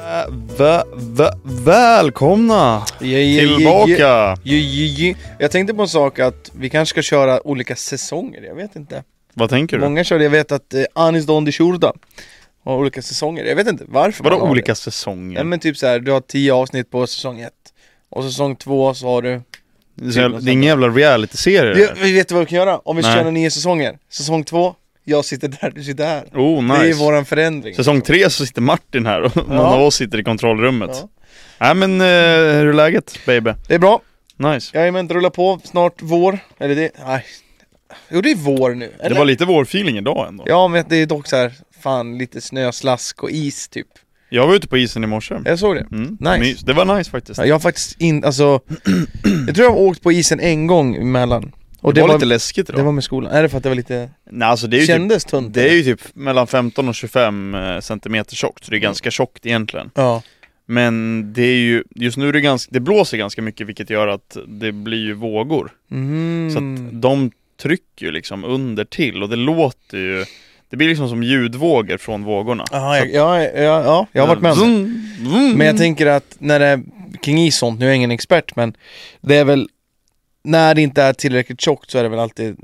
Välkomna tillbaka. Jag tänkte på en sak att vi kanske ska köra olika säsonger, jag vet inte. Vad tänker du? Många kör, jag vet att Anis Don de Shurda har olika säsonger, jag vet inte varför. Vadå olika säsonger? Ja, men typ så här, du har 10 avsnitt på säsong 1 och säsong 2 så har du det är ingen jävla reality-serie. Vi vet vad vi kan göra, om vi kör 9 säsonger. Säsong 2, jag sitter där, du sitter här. Nice. Det är våran förändring. Säsong 3 så sitter Martin här och någon av oss sitter i kontrollrummet. Ja. Nej men hur är läget, baby? Det är bra. Nice. Jag är med, rulla på, snart vår. Eller det, nej. Jo, det är vår nu. Eller? Det var lite vårfeeling idag ändå. Ja, men det är dock så här, fan, lite snö, slask och is typ. Jag var ute på isen i morse. Jag såg det. Nice. Det var nice faktiskt. Ja, jag har faktiskt alltså jag tror jag har åkt på isen en gång emellan. Och det var lite läskigt idag. Det var med skolan. Är det för att det var lite... Nej, alltså det är ju kändes typ, tunt. Det är ju typ mellan 15 och 25 centimeter tjockt. Så det är ganska tjockt egentligen. Ja. Men det är ju, just nu är det det blåser ganska mycket, vilket gör att det blir ju vågor. Så att de trycker ju liksom under till och det låter ju, det blir liksom som ljudvågor från vågorna. Ja, jag har varit med om det. Men jag tänker att när det är kring is sånt, nu är jag ingen expert, men det är väl, när det inte är tillräckligt tjockt så är det väl alltid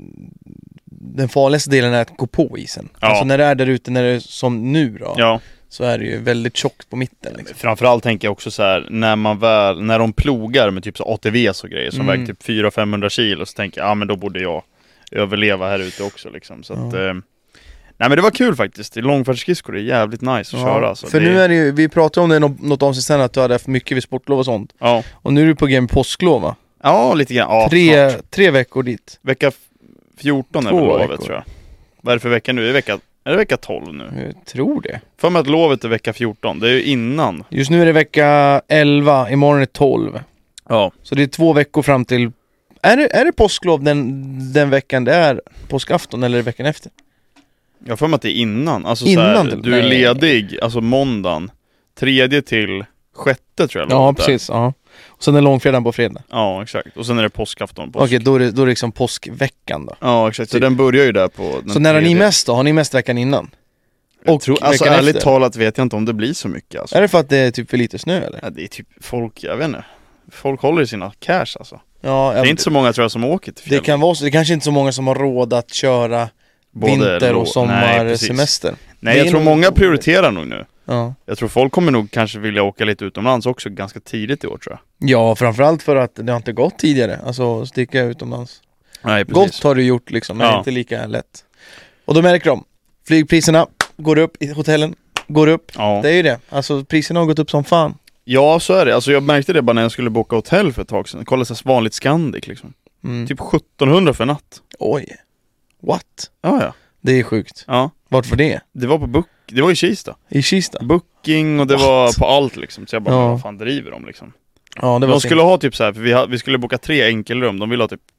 den farligaste delen är att gå på isen. Alltså när det är där ute, när det är som nu då, så är det ju väldigt tjockt på mitten liksom. Framförallt tänker jag också så här, när de plogar med typ så ATVs och grejer som väger typ 400-500 kilo, så tänker jag, men då borde jag överleva här ute också liksom. Så att, nej men det var kul faktiskt. I långfärdsskridskor är jävligt nice att köra alltså. För nu är det ju, vi pratade om det något avsnitt sen, att du hade haft mycket vid sportlov och sånt. Ja. Och nu är du på game påsklov, va? Ja, lite grann. Ja, 3 veckor dit. Vecka 14 är väl lovet, tror jag. Vad är det för vecka nu? Är det vecka 12 nu? Jag tror det. För mig att lovet är vecka 14. Det är ju innan. Just nu är det vecka 11, imorgon är 12. Ja. Så det är 2 veckor fram till... Är det påsklov den veckan det är påskafton, eller är det veckan efter? Jag får mig att det är innan. Alltså innan så här, du är ledig, alltså måndagen 3 till 6 tror jag. Ja, precis. Ja. Och sen är långfredagen på fredag. Ja, exakt. Och sen är det påskafton. Okej, då är det liksom påskveckan då. Ja, exakt. Så den börjar ju där på den. Så när har ni mest då? Har ni mest veckan innan? Och alltså ärligt talat vet jag inte om det blir så mycket alltså. Är det för att det är typ för lite snö eller? Ja, det är typ folk, jag vet inte. Folk håller i sina cash alltså. Ja, det är inte så många tror jag som åker till fjällen. Det kan vara så, det kanske inte så många som har råd att köra vinter och sommarsemester. Nej, jag tror många prioriterar nog nu. Ja. Jag tror folk kommer nog kanske vilja åka lite utomlands också ganska tidigt i år, tror jag. Ja, framförallt för att det har inte gått tidigare. Alltså sticka utomlands. Nej, precis. Gott har du gjort liksom, men inte lika lätt. Och då märker de, flygpriserna går upp, i hotellen går upp. Ja. Det är ju det, alltså priserna har gått upp som fan. Ja, så är det. Alltså jag märkte det bara när jag skulle boka hotell för ett tag sedan. Kolla så vanligt Scandic liksom. Typ 1700 för natt. Oj. What? Ja. Det är sjukt. Ja. Varför det? Det var på det var i Kista. I Kista? Booking och det var på allt liksom. Så jag bara, vad fan driver de liksom? Ja, det var de skulle ha typ så här, för vi skulle boka 3 enkelrum. De ville ha typ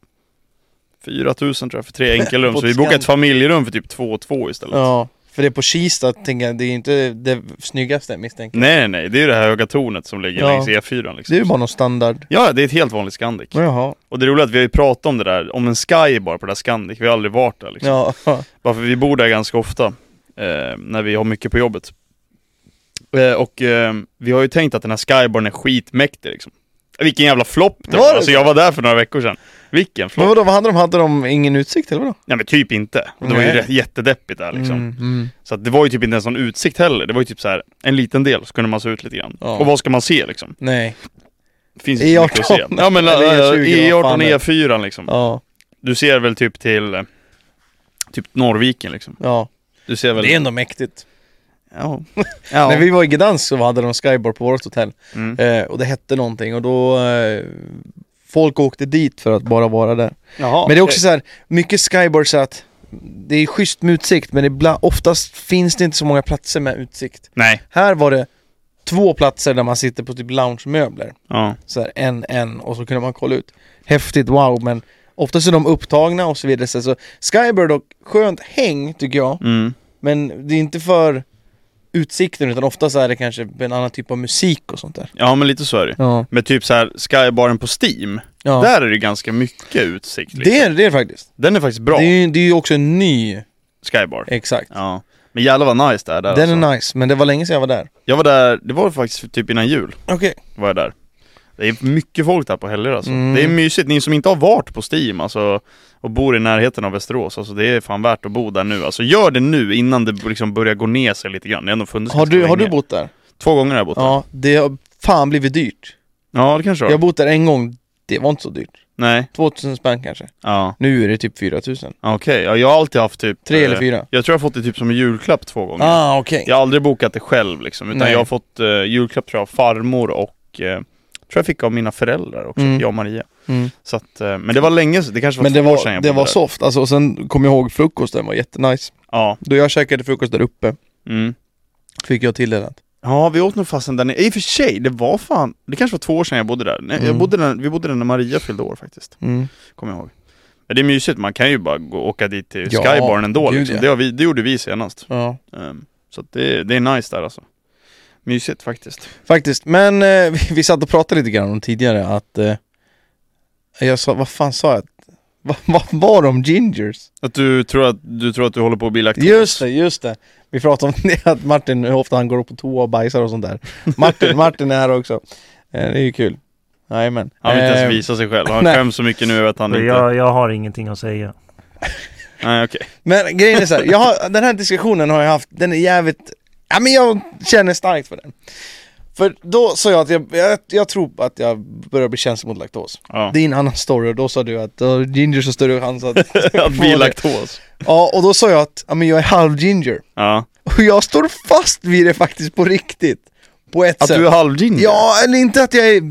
4000 tror jag för 3 enkelrum. Så vi bokade ett familjerum för typ 2 istället. Ja. För det är på Kista, tänker jag, det är inte det snyggaste misstänker. Nej, det är det här höga tornet som ligger längs E4 liksom. Det är ju bara någon standard. Ja, det är ett helt vanligt Scandic. Jaha. Och det är roligt att vi har ju pratat om det där, om en skybar på det där Scandic. Vi har aldrig varit där liksom. Ja. Bara för vi bor där ganska ofta när vi har mycket på jobbet. Och vi har ju tänkt att den här skybaren är skitmäktig liksom. Vilken jävla flopp det var. Alltså jag var där för några veckor sedan. Vilken flopp. Men vadå, hade de ingen utsikt eller vadå? Nej men typ inte. Det var ju jättedeppigt där liksom. Så att det var ju typ inte en sån utsikt heller. Det var ju typ så här en liten del så kunde man se ut lite grann. Och vad ska man se liksom? Nej. Finns inte så mycket att se. Ja men E18 och E4 liksom. Ja. Du ser väl typ till typ Norrviken liksom. Ja. Du ser väl. Det är ändå mäktigt. Ja. När vi var i Gdansk så hade de skybar på vårt hotell. Och det hette någonting och då folk åkte dit för att bara vara där. Jaha, men det är också så här, mycket skyboards så att det är schysst med utsikt, men oftast finns det inte så många platser med utsikt. Nej. Här var det 2 platser där man sitter på typ lounge-möbler. Ja. Så här, en och så kunde man kolla ut. Häftigt, wow, men oftast är de upptagna och så vidare. Så Skybird och skönt häng tycker jag. Men det är inte för utsikten, utan ofta så är det kanske en annan typ av musik och sånt där. Ja, men lite så är det. Ja. Men typ så här skybaren på Steam. Där är det ganska mycket utsikt liksom. Det är faktiskt. Den är faktiskt bra. Det är ju också en ny skybar. Exakt. Ja. Men jävlar var nice där. Den är nice, men det var länge sedan jag var där. Jag var där, det var faktiskt typ innan jul. Okej. Var jag där. Det är mycket folk där på helger alltså. Det är mysigt, ni som inte har varit på Steam alltså, och bor i närheten av Västerås, alltså, det är fan värt att bo där nu. Alltså gör det nu innan det liksom börjar gå ner sig lite grann. Det har ändå funnits har du bott där? 2 gånger har jag bott där. Ja, det har fan blivit dyrt. Ja, det kanske var. Jag har bott där en gång, det var inte så dyrt. Nej. 2000 spänn kanske. Ja. Nu är det typ 4000. Okej, ja, jag har alltid haft typ 3 eller 4. Jag tror jag har fått det typ som en julklapp 2 gånger. Okej. Jag har aldrig bokat det själv liksom, utan jag har fått julklapp tror jag av farmor och tror jag fick av mina föräldrar också, jag och Maria. Så att, men det var länge, det kanske var 2 år sedan jag det var soft, alltså, och sen kom jag ihåg frukosten var jättenice. Ja. Då jag käkade frukost där uppe, fick jag tilldelat. Ja, vi åt nog fasen där nere. I och för sig, det kanske var 2 år sedan jag bodde där. Vi bodde där när Maria fyllde år faktiskt. Kommer jag ihåg. Men det är mysigt, man kan ju bara åka dit till Skybarn ändå liksom. Det gjorde vi senast. Ja. Så att det är nice där alltså. Mysigt faktiskt. Men vi satt och pratade lite grann om tidigare att jag sa, vad fan sa jag? Vad var de gingers? Att du tror att du håller på att bli laktos? Just det. Vi pratade om det, att Martin, hur ofta han går upp på toa och bajsar och sånt där. Martin är här också. Det är ju kul. Jajamän. Han vill inte ens visa sig själv. Han skäms så mycket nu att han inte... Jag har ingenting att säga. Nej, okej. Men grejen är så här, den här diskussionen har jag haft, den är jävligt... Ja, men jag känner starkt för den. För då sa jag att jag tror att jag börjar bli känslig mot laktos. Ja. Det är en annan story, och då sa du att ginger så större chans att bli laktos. Ja, och då sa jag att jag är halv ginger. Ja. Och jag står fast vid det faktiskt på riktigt. På ett sätt. Att du är halv ginger? Ja, eller inte att jag är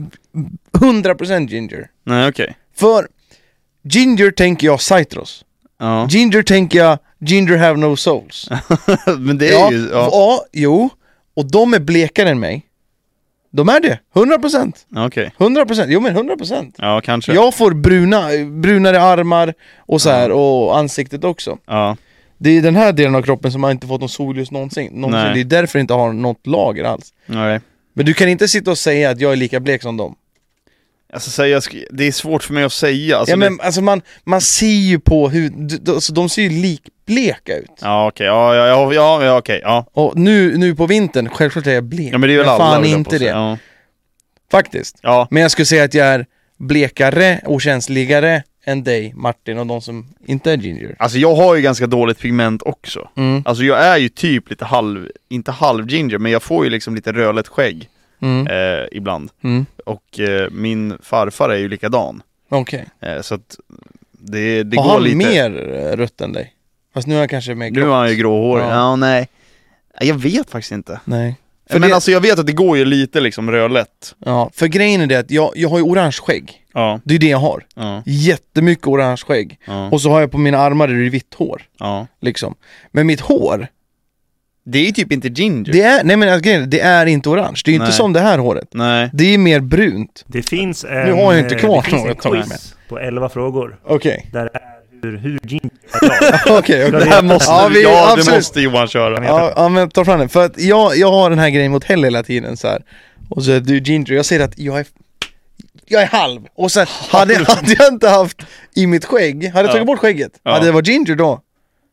100% ginger. Nej, okej. För ginger tänker jag citrus. Ja. Ginger tänker jag ginger have no souls. Men det är ju... Ja, jo. Och de är blekare än mig. De är det, 100%. Okej. 100%, jo men 100%. Ja, kanske. Jag får brunare armar och så här, och ansiktet också. Ja. Det är den här delen av kroppen som har inte fått någon solljus någonsin. Det är därför jag inte har något lager alls. Nej. Men du kan inte sitta och säga att jag är lika blek som dem. Alltså, det är svårt för mig att säga. Alltså, ja, men alltså man ser ju på hur... Alltså, de ser ju likbleka ut. Ja, okej. Ja, okej. Ja. Och nu på vintern, självklart är jag blek. Ja, men det är väl alla fan inte det. Ja. Faktiskt. Ja. Men jag skulle säga att jag är blekare och känsligare än dig, Martin, och de som inte är ginger. Alltså jag har ju ganska dåligt pigment också. Alltså jag är ju typ lite inte halv ginger, men jag får ju liksom lite rödlätt skägg ibland. Och min farfar är ju likadan. Okej. Så att det har går han lite... mer rött än dig? Fast nu är han kanske mer grått. Nu är han ju gråhårig. Ja, nej. Jag vet faktiskt inte. Nej. Men alltså jag vet att det går ju lite liksom rödlätt. Ja, för grejen är det att jag har ju orange skägg. Ja. Det är det jag har. Ja. Jättemycket orange skägg. Ja. Och så har jag på mina armar det vitt hår. Ja. Liksom. Men mitt hår, det är ju typ inte ginger. Det är inte orange. Det är ju inte som det här håret. Nej. Det är mer brunt. Det finns nu har jag inte kvar en quiz på 11 frågor. Okej. Där är hur ginger Okej. Det här måste det måste Johan köra. Ja, men ta fram den. För att jag har den här grejen mot Hell hela tiden så här. Och så är du ginger. Jag säger att jag är halv. Och sen hade jag inte haft i mitt skägg, hade jag tagit bort skägget, hade det varit ginger då?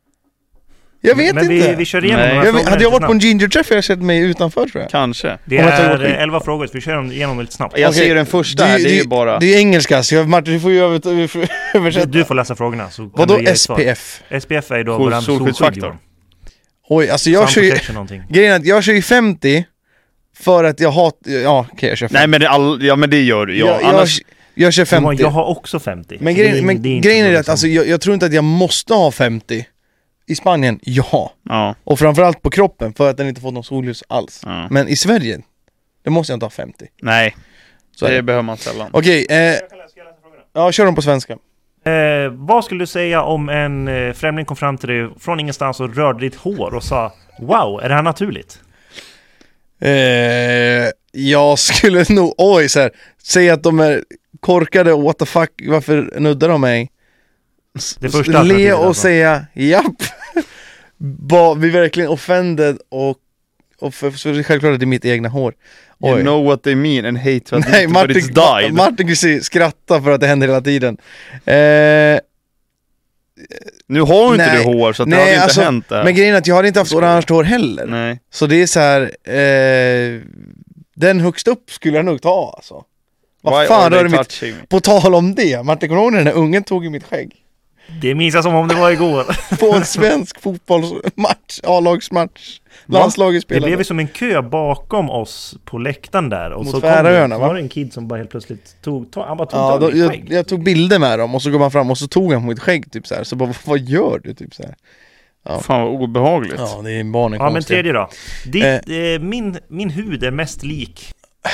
Jag vet inte. Vi kör igenom hade jag varit på en ginger-träff, jag sett mig utanför, tror jag. Kanske. Det är 11 frågor, så vi kör igenom lite snabbt. Jag ser den första här, det är ju bara... Det är engelska, så Martin, du får ju översätta. Du får läsa frågorna. Vadå SPF? SPF är då våran solskyddsfaktor. Oj, alltså jag kör ju... Grejen är att jag kör ju 50 för att jag har... Ja, okej, jag kör 50. Nej, men det gör du. Jag kör 50. Jag har också 50. Men grejen är att alltså, jag tror inte att jag måste ha 50. I Spanien, ja. Och framförallt på kroppen, för att den inte får någon solljus alls. Men i Sverige, det måste jag inte ha 50. Nej, så det behöver man sällan. Okej, ja, kör dem på svenska. Vad skulle du säga om en främling kom fram till dig från ingenstans och rörde ditt hår och sa: wow, är det här naturligt? Jag skulle nog, säga att de är korkade och what the fuck, varför nuddar de mig? Det första le och alltså säga japp. Vi verkligen offended och för självklart att det är mitt egna hår. You know what they mean and hate what but it's died. Martin kan skratta för att det händer hela tiden. Nu har inte du hår, så att det hade inte hänt där. Men grejen är att jag hade inte haft orange hår heller. Nej. Så det är så här, den högst upp skulle jag nog ta alltså. Vad fan rör det på tal om det? Martin, kommer du ihåg när den här ungen tog i mitt skägg? Det minns jag som om det var igår. På en svensk fotbollsmatch, A-lagsmatch. Landslaget spelade. Det blev ju som en kö bakom oss på läktaren där. Och mot så var det en kid som bara helt plötsligt tog jag tog bilder med dem och så går man fram och så tog han på mitt skägg typ så här. Så bara, vad gör du typ så här? Ja. Fan vad obehagligt. Ja, det är barnen. Ja, men tredje då. Min hud är mest lik.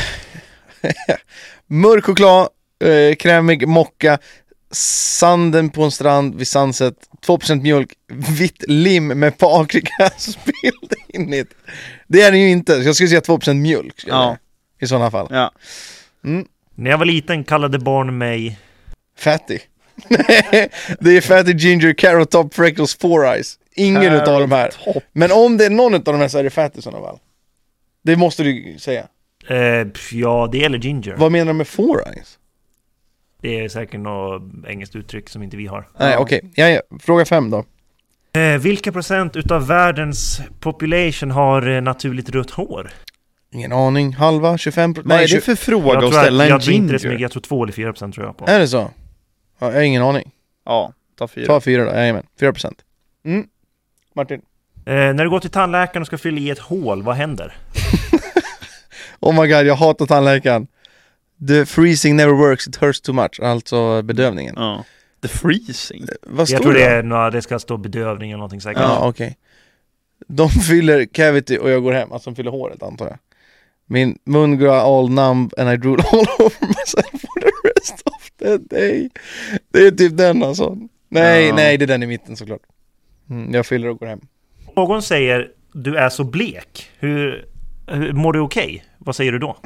Mörk choklad, krämig mocka, sanden på en strand vid Sunset, 2% mjölk, vitt lim med paprika spilld in i. Det är det ju inte. Jag skulle säga 2% mjölk i sådana fall. Ja. När jag var liten kallade barn mig Fatty. Det är Fatty Ginger, Carrot Top, Freckles, Four Eyes. Ingen utav de här. Men om det är någon utav de här så är det Fatty i sådana fall. Det måste du säga. Ja, det gäller Ginger. Vad menar du med Four Eyes? Det är säkert något engelskt uttryck som inte vi har. Nej, okej. Ja. Fråga 5 då. Vilka procent utav världens population har naturligt rött hår? Ingen aning. Halva? 25%? Nej, det är för fråga att ställa en Ginger. Jag tror 2 eller 4% tror jag på. Är det så? Ja, jag har ingen aning. Ja, ta 4. Ta 4 då, jajamän. 4%. Martin? När du går till tandläkaren och ska fylla i ett hål, vad händer? Oh my god, jag hatar tandläkaren. The freezing never works, it hurts too much. Alltså bedövningen. Ja. The freezing? Vad står jag tror det? Det ska stå bedövning eller någonting säkert. Ja, okej. De fyller cavity och jag går hem. Alltså de fyller håret, antar jag. Min mun går all numb and I drool all over myself for the rest of the day. Det är typ den alltså. Nej, det är den i mitten såklart. Jag fyller och går hem. Någon säger, du är så blek. Hur mår du okej? Vad säger du då?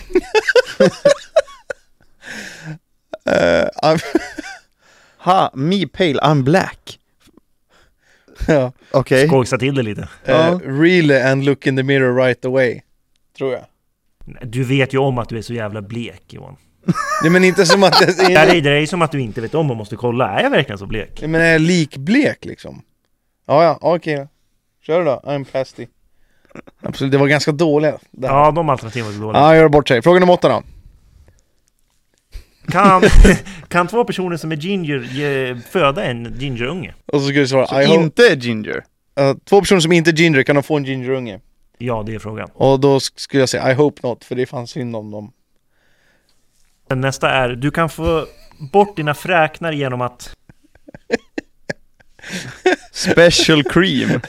Me pale, I'm black. Ja. Okej. Skojsa till det lite. Really and look in the mirror right away. Tror jag. Du vet ju om att du är så jävla blek, Johan. Nej, men inte som att det är som att du inte vet om och måste kolla. Är jag verkligen så blek? Men är jag likblek liksom? Ja, okej. Kör då, I'm pasty. Absolut, det var ganska dåliga. Ja, de alternativen var så dåliga. Ja, jag gör bort sig. Fråga nummer 8 då. Kan 2 personer som är ginger föda en gingerunge? Och så ska du svara, så inte är ginger? 2 personer som inte är ginger, kan de få en gingerunge? Ja, det är frågan. Och då skulle jag säga I hope not, för det fanns synd om dem. Nästa är, du kan få bort dina fräknar genom att special cream.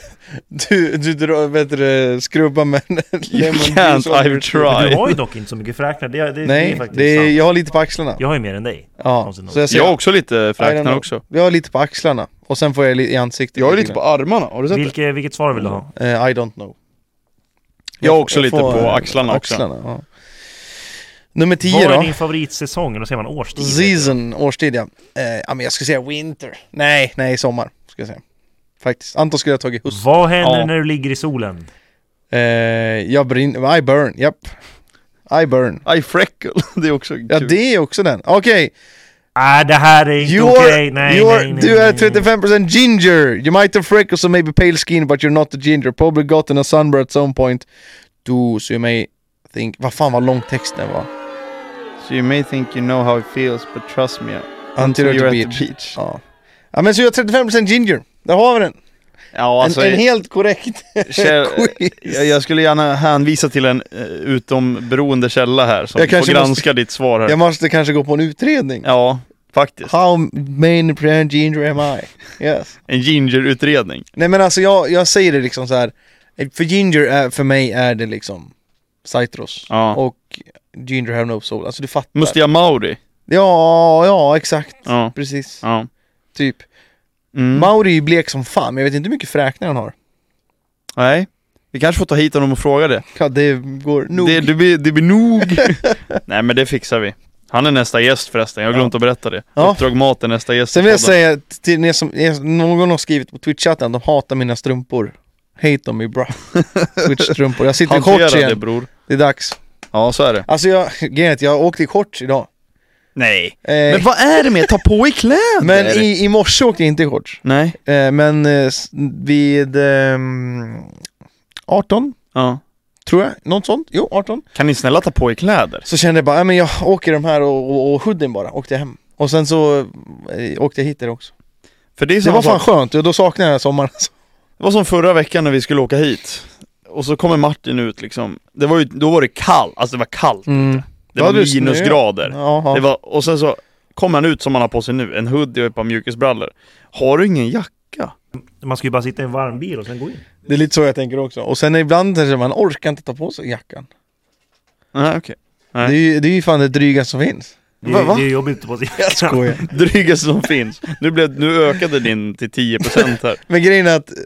Du skrubba med you can't, I've tried. Du har ju dock inte så mycket fräknar. Det nej, är faktiskt jag har lite på axlarna. Jag har ju mer än dig. Ja, så jag har också lite fräknar också. Jag har lite på axlarna. Och sen får jag i ansiktet. Jag har lite på armarna, har du sett det? Vilket svar vill du ha? I don't know. Jag har också lite på axlarna också. Ja. Nummer 10 då. Vad är din favoritsäsong? Då säger man årstid. Season, årstid ja. Men jag ska säga winter. Nej, sommar ska jag säga. Faktiskt. Anton skulle jag tagit höst. Vad händer när du ligger i solen? Jag brinner. I burn, japp. I burn. I freckle. Det är också kul. Ja, det är också den. Okej. Det här är inte okej. Nej. Du är 35% ginger. You might have freckles or maybe pale skin, but you're not a ginger. Probably gotten a sunburn at some point. So you may think... Vad fan var lång texten var? So you may think you know how it feels, but trust me, until you're at the beach. Ja, men så jag är 35% ginger. Där har vi den. Ja, alltså, en helt korrekt jag skulle gärna hänvisa till en utomberoende källa här som får granska ditt svar här. Jag måste kanske gå på en utredning. Ja, faktiskt. How many % ginger am I? Yes. En ginger-utredning. Nej, men alltså jag säger det liksom så här. För ginger för mig är det liksom citrus. Ja. Och ginger have no soul. Alltså du fattar. Mustia Mauri. Ja, exakt. Ja. Precis. Ja. Typ. Mauri är ju blek som fan, men jag vet inte hur mycket fräknar han har. Nej, vi kanske får ta hit honom och fråga det. Ja, det går nog. Det blir nog. Nej, men det fixar vi. Han är nästa gäst förresten, jag har glömt att berätta det. Uppdrag Mat är nästa gäst. Sen vill jag säga till er som någon har skrivit på Twitch-chatten, de hatar mina strumpor. Hate them me bro. Twitch-strumpor. Jag sitter i shorts igen. Det, bror. Det är dags. Ja, så är det. Alltså jag åkte i shorts idag. Nej. Men vad är det med ta på i kläder? Men i morse åkte jag inte i shorts. Nej. Men vid 18 tror jag, något sånt. Jo, 18. Kan ni snälla ta på i kläder? Så kände jag bara, men jag åker de här och hoodien bara, åkte jag hem. Och sen så åkte jag hit där också. För det var fan skönt, och då saknade jag sommaren. Det var som förra veckan när vi skulle åka hit. Och så kommer Martin ut liksom. Då var det kallt, alltså det var kallt ute. Det var minusgrader. Det var, och sen så kom han ut som han har på sig nu, en hoodie och ett par mjukisbrallor. Har du ingen jacka? Man ska ju bara sitta i en varm bil och sen gå in. Det är lite så jag tänker också. Och sen ibland så man orkar inte ta på sig jackan. Nej, okej. Det är ju fan det drygaste som finns. Det är jobbigt på sig. Jag skojar. Drygaste som finns. Nu ökade din till 10% här. Men grejen är att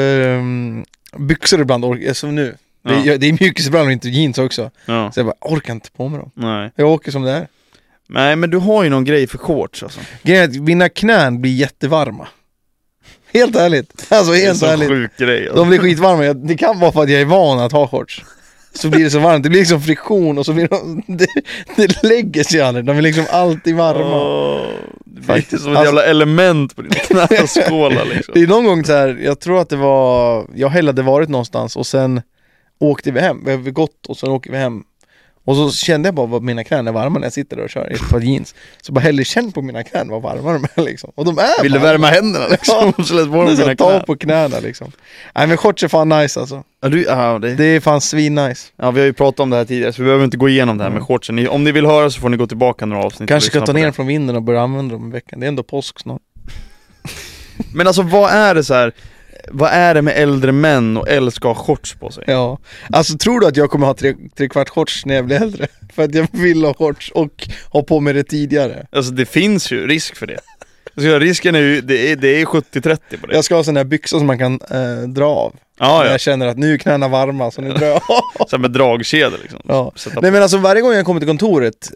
byxor ibland orkar, som nu. Det är mjukisbrallor och inte jeans också. Så jag bara orkar inte på mig dem. Nej. Jag åker som det är. Nej, men du har ju någon grej för shorts alltså. Grejen är att mina knän blir jättevarma. Helt ärligt. Alltså helt ärligt. Det är så sjuk grej alltså. De blir skitvarma. Det kan vara för att jag är van att ha shorts. Så blir det så varmt. Det blir liksom friktion och så blir det lägger sig aldrig. De är liksom alltid varma. Det är som ett jävla element på dina knäskålar liksom. Det är någon gång så här, jag tror att det var, jag hade varit någonstans och sen åkte vi hem. Vi har gått och sen åker vi hem. Och så kände jag bara vad mina knän är varma när jag sitter där och kör i ett par jeans. Så bara hellre känn på mina knän vad varma de är liksom. Och de är vill du värma händerna liksom? Ja, ta på knäna liksom. Nej, men shorts är fan nice alltså. Det är fan svin nice. Ja, vi har ju pratat om det här tidigare så vi behöver inte gå igenom det här med shortsen. Om ni vill höra så får ni gå tillbaka några avsnitt. Kanske ska ta ner från vinden och börja använda dem i veckan. Det är ändå påsk snart. Men alltså vad är det så här? Vad är det med äldre män och älskar ha shorts på sig? Ja, alltså tror du att jag kommer ha 3/4 shorts när jag blir äldre? För att jag vill ha shorts och ha på mig det tidigare. Alltså det finns ju risk för det. Alltså, risken är ju, det är 70-30 på det. Jag ska ha sådana här byxor som man kan dra av. Ja. Jag känner att nu är knäna varma så nu drar jag av. Så med dragkedjor liksom. Ja. Nej men alltså varje gång jag kommer till kontoret,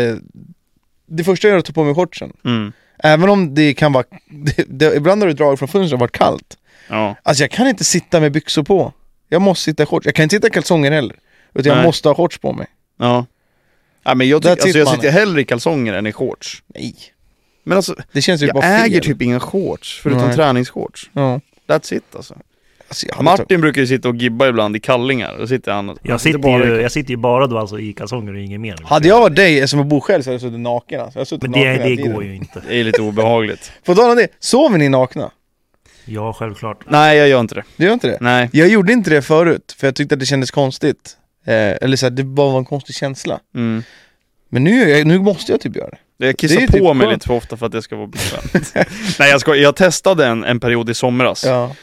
det första jag gör är att ta på mig shortsen. Även om det kan vara, ibland har du dragit från fönstret och varit kallt. Ja. Alltså jag kan inte sitta med byxor på. Jag måste sitta i shorts. Jag kan inte sitta i kalsonger heller. Utan jag måste ha shorts på mig. Ja. Ja men jag sitter hellre i kalsonger än i shorts. Nej. Men alltså, det känns ju jag bara fel. äger typ inga shorts förutom träningsshorts. Ja. That's it alltså. Martin brukar ju sitta och gibba ibland i kallingar. Och sitter han jag sitter ju bara då alltså i kalsonger och inget mer. Hade jag varit dig som jag bor själv så hade jag suttit naken alltså. Men det går ju inte. Det är lite obehagligt. För då det, sover ni nakna? Ja, självklart. Nej, jag gör inte det. Du gör inte det? Nej. Jag gjorde inte det förut, för jag tyckte att det kändes konstigt. Eller så här, det bara var en konstig känsla. Men nu måste jag typ göra det. Jag kissar på typ mig lite för ofta för att det ska vara bekvämt. Nej, jag testade en period i somras. Ja.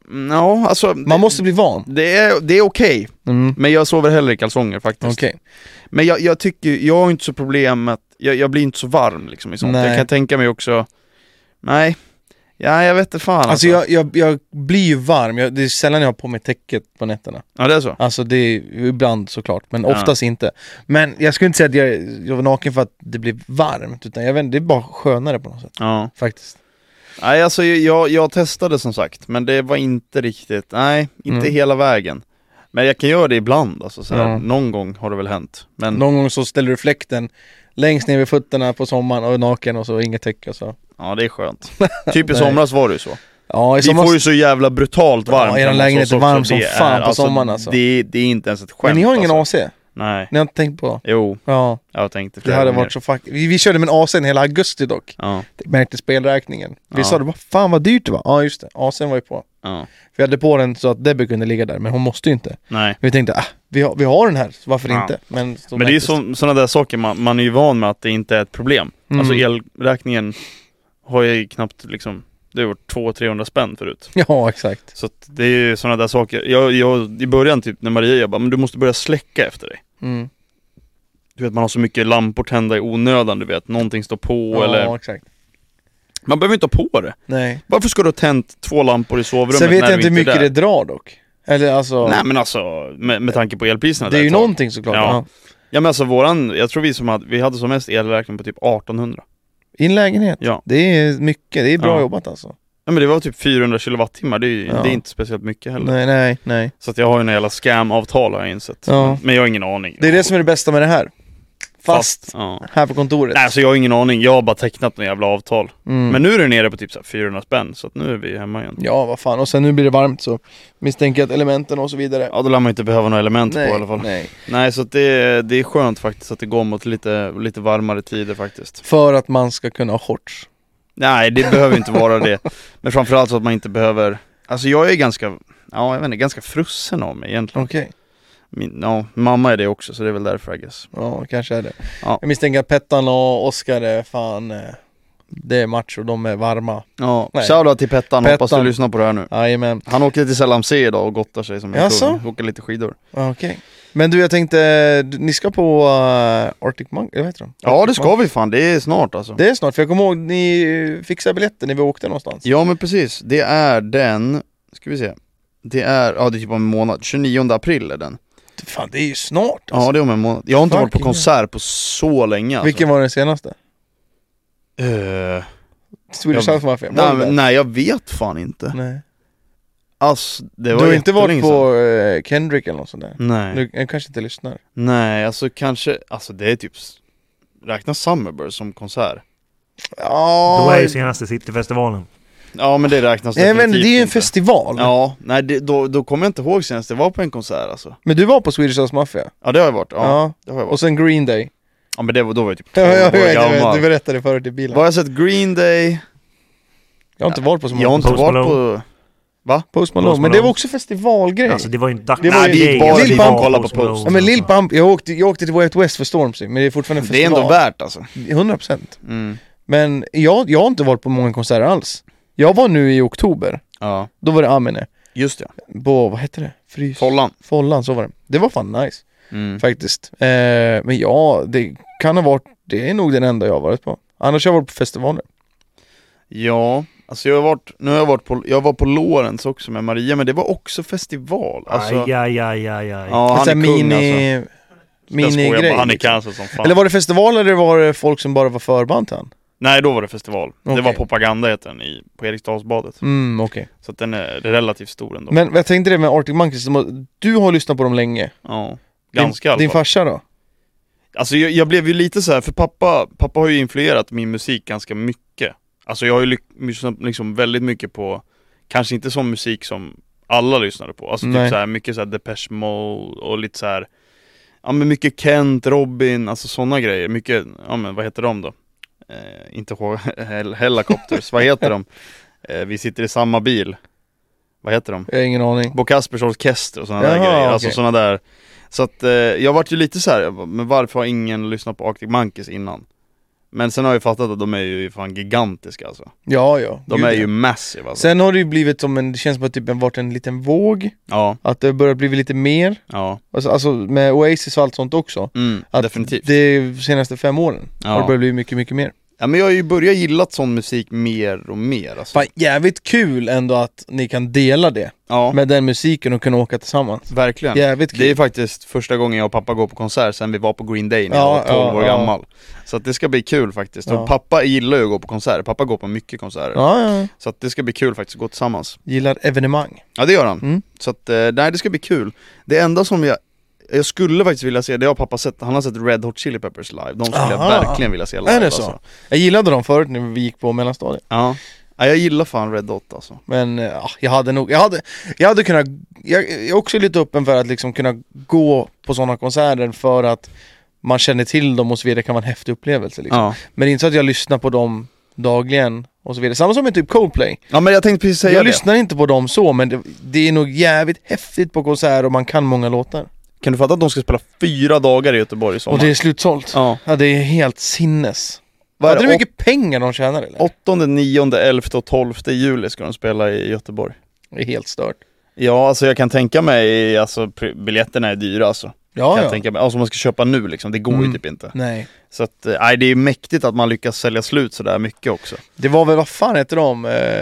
Ja, alltså man måste bli van. Det är okej. Men jag sover hellre i kalsonger faktiskt. Okay. Men jag tycker, jag har inte så problem med att jag blir inte så varm liksom i sånt. Nej. Jag kan tänka mig också. Nej. Ja, jag vet inte fan. Alltså jag blir ju varm. Det är sällan jag har på mig täcket på nätterna. Ja, det är så. Alltså det är ibland såklart, men oftast inte. Men jag skulle inte säga att jag var naken för att det blir varmt, utan jag vet, det är bara skönare på något sätt. Ja. Faktiskt. Nej, alltså jag testade som sagt, men det var inte riktigt, inte hela vägen. Men jag kan göra det ibland, alltså sådär. Någon gång har det väl hänt. Men någon gång så ställer du fläkten längst ner vid fötterna på sommaren och naken och så inget täcke och så. Ja, det är skönt. Typ i somras var det ju så. Ja, vi får ju så jävla brutalt varmt. Ja, er lägenhet är varm som fan på sommaren alltså. Det är inte ens ett skämt. Men ni har ingen AC? Nej. Ni har inte tänkt på? Jo. Ja. Jag tänkte det hade varit så vi körde med en AC hela augusti dock. Ja. Det märkte spelräkningen. Vi sa det, vad fan vad dyrt det var. Ja just det, AC'n var ju på. Ja. Vi hade på den så att Debbie kunde ligga där, men hon måste ju inte. Nej. Vi tänkte, vi har den här, så varför inte? Men det är ju sådana där saker, man är ju van med att det inte är ett problem. Alltså elräkningen har ju knappt liksom, det var 200-300 spänn förut. Ja, exakt. Så att det är ju sådana där saker. Jag i början typ när Maria, jag bara, men du måste börja släcka efter dig. Du vet, man har så mycket lampor tända i onödan, du vet, någonting står på eller... Ja, exakt. Man behöver inte ha på det. Nej. Varför ska du ha tänt 2 lampor i sovrummet? Sen vet jag inte hur mycket det drar dock. Eller alltså... Nej men alltså, med tanke på elpriserna. Det är ju någonting såklart. Ja men alltså jag tror vi hade som mest elräkning på typ 1800. I en lägenhet? Ja. Det är mycket, det är bra jobbat alltså. Ja men det var typ 400 kilowattimmar, det är inte speciellt mycket heller. Nej. Så att jag har ju en jävla scam-avtal har jag insett. Men jag har ingen aning. Det är det som är det bästa med det här. Fast här på kontoret. Nej, så jag har ingen aning. Jag har bara tecknat några jävla avtal. Men nu är det nere på typ så här 400 spänn. Så att nu är vi hemma igen. Ja, vad fan. Och sen nu blir det varmt så misstänker jag att elementen och så vidare. Ja, då lär man inte behöva några element på i alla fall. Nej, så att det är skönt faktiskt att det går mot lite varmare tider faktiskt. För att man ska kunna ha shorts. Nej, det behöver inte vara det. Men framförallt så att man inte behöver... Alltså jag är ganska frusen av mig egentligen. Okej. Mamma är det också, så det är väl därför, I guess. Ja, kanske är det. Ja. Jag misstänker att Pettan och Oskar är fan... Det är match och de är varma. Ja, shoutout till Pettan, hoppas du lyssnar på det här nu. Jajamän. Han åker till Selamsee idag och gottar sig som jag tror. Åker lite skidor. Okej. Men du, jag tänkte, ni ska på Arctic Monkeys, jag vet inte. Ja, det ska vi fan, det är snart alltså. Det är snart, för jag kommer ihåg, ni fixade biljetter när vi åkte någonstans. Ja, men precis. Det är den, ska vi se. Det är typ om en månad, 29 april är den. Fan, det är ju snart alltså. Ja, det är om en månad. Jag har inte varit på konsert på så länge alltså. Vilken var den senaste? Swedish House Mafia? Nej, jag vet fan inte. Nej. Alltså, det var du har inte varit på Kendrick eller något sånt där? Nej. Du kanske inte lyssnar? Nej, alltså kanske, alltså det är typ, räknas Summerburst som konsert? Ja. Då är ju senaste Cityfestivalen. Ja, men det räknas definitivt. Men det är ju en festival. Ja, nej, då kommer jag inte ihåg senast det var på en konsert alltså. Men du var på Swedish House Mafia? Ja, det har jag varit. Ja. Det har jag varit. Och sen Green Day. Ja, men då var jag typ 12 år gammal. Du berättade förut i bilen. Vad har jag sett? Green Day? Jag har inte varit på så många. Jag har inte varit på... Va? Post Malone. Men det var också festivalgrej. Alltså det var ju inte det var ju bara Lil Pump kolla på Post. Ja, men Lil Pump, jag åkte till Way Out West för Stormzy, men det är fortfarande en festival. Det är ändå värt alltså. 100%. Men jag har inte varit på många konserter alls. Jag var nu i oktober. Ja. Då var det Amine. Just det. På, vad heter det? Follan, så var det. Det var fan nice. Faktiskt. Men ja, det kan ha varit, det är nog den enda jag har varit på. Annars har jag varit på festivaler. Ja, alltså jag var på Lorentz också med Maria, men det var också festival. Alltså, Ja, han är kung alltså. Mini-grej. Han är cancer som fan. Eller var det festival eller var det folk som bara var förband till han? Nej, då var det festival. Okay. Det var propaganda heter den på Eriksdalsbadet. Okay. Så att den är relativt stor ändå. Men jag tänkte det med Arctic Monkeys, du har lyssnat på dem länge. Ja, ganska. Din farsa då? Alltså jag blev ju lite så här, för pappa har ju influerat min musik ganska mycket. Alltså jag har ju lyssnat liksom väldigt mycket på, kanske inte sån musik som alla lyssnade på. Alltså typ så här, mycket så här Depeche Mode och lite så här, ja men mycket Kent, Robin, alltså såna grejer. Mycket, ja men vad heter de då? Inte Helicopters, vad heter de? Vi sitter i samma bil. Vad heter de? Jag har ingen aning. Bo Kaspers Orkester och såna där grejer. Alltså såna där. Så att jag vart ju lite så här, men varför har ingen lyssnat på Arctic Monkeys innan? Men sen har jag fattat att de är ju fan gigantiska alltså. Ja. De är ju massive alltså. Sen har det ju blivit som det känns som att typ varit en liten våg. Ja. Att det börjar bli lite mer. Ja. Alltså med Oasis och allt sånt också. Att definitivt. De senaste 5 åren har det börjat bli mycket, mycket mer. Ja, men jag har ju börjat gilla sån musik mer och mer alltså. Fan, jävligt kul ändå att ni kan dela det med den musiken och kunna åka tillsammans. Verkligen. Jävligt kul. Det är faktiskt första gången jag och pappa går på konsert sen vi var på Green Day när jag var 12 år gammal. Så att det ska bli kul faktiskt. Och pappa gillar ju att gå på konserter. Pappa går på mycket konserter. Så att det ska bli kul faktiskt att gå tillsammans. Gillar evenemang. Ja, det gör han. Så att nej, det ska bli kul. Det enda som jag skulle faktiskt vilja se, det har pappa sett, han har sett Red Hot Chili Peppers live. De skulle jag verkligen vilja se live. Är det så? Alltså. Jag gillade dem förut när vi gick på mellanstadiet. Ja, jag gillar fan Red Hot alltså. Men jag hade kunnat, jag är också lite öppen för att liksom kunna gå på sådana konserter för att man känner till dem och så vidare, kan vara en häftig upplevelse liksom. Men inte så att jag lyssnar på dem dagligen och så vidare. Samma som med typ Coldplay. Ja, men jag tänkte precis säga jag lyssnar inte på dem så, men det är nog jävligt häftigt på konserter och man kan många låtar. Kan du fatta att de ska spela 4 dagar i Göteborg i sommar? Och det är slutsålt. Ja, det är helt sinnes. Vad är det mycket pengar de tjänar eller? 8, 9, 11 och 12 juli ska de spela i Göteborg. Det är helt stört. Ja, alltså jag kan tänka mig, alltså biljetterna är dyra alltså. Ja, jag tänka mig, alltså man ska köpa nu liksom, det går ju typ inte. Nej. Så att, nej, det är mäktigt att man lyckas sälja slut sådär mycket också. Det var väl, vad fan heter de?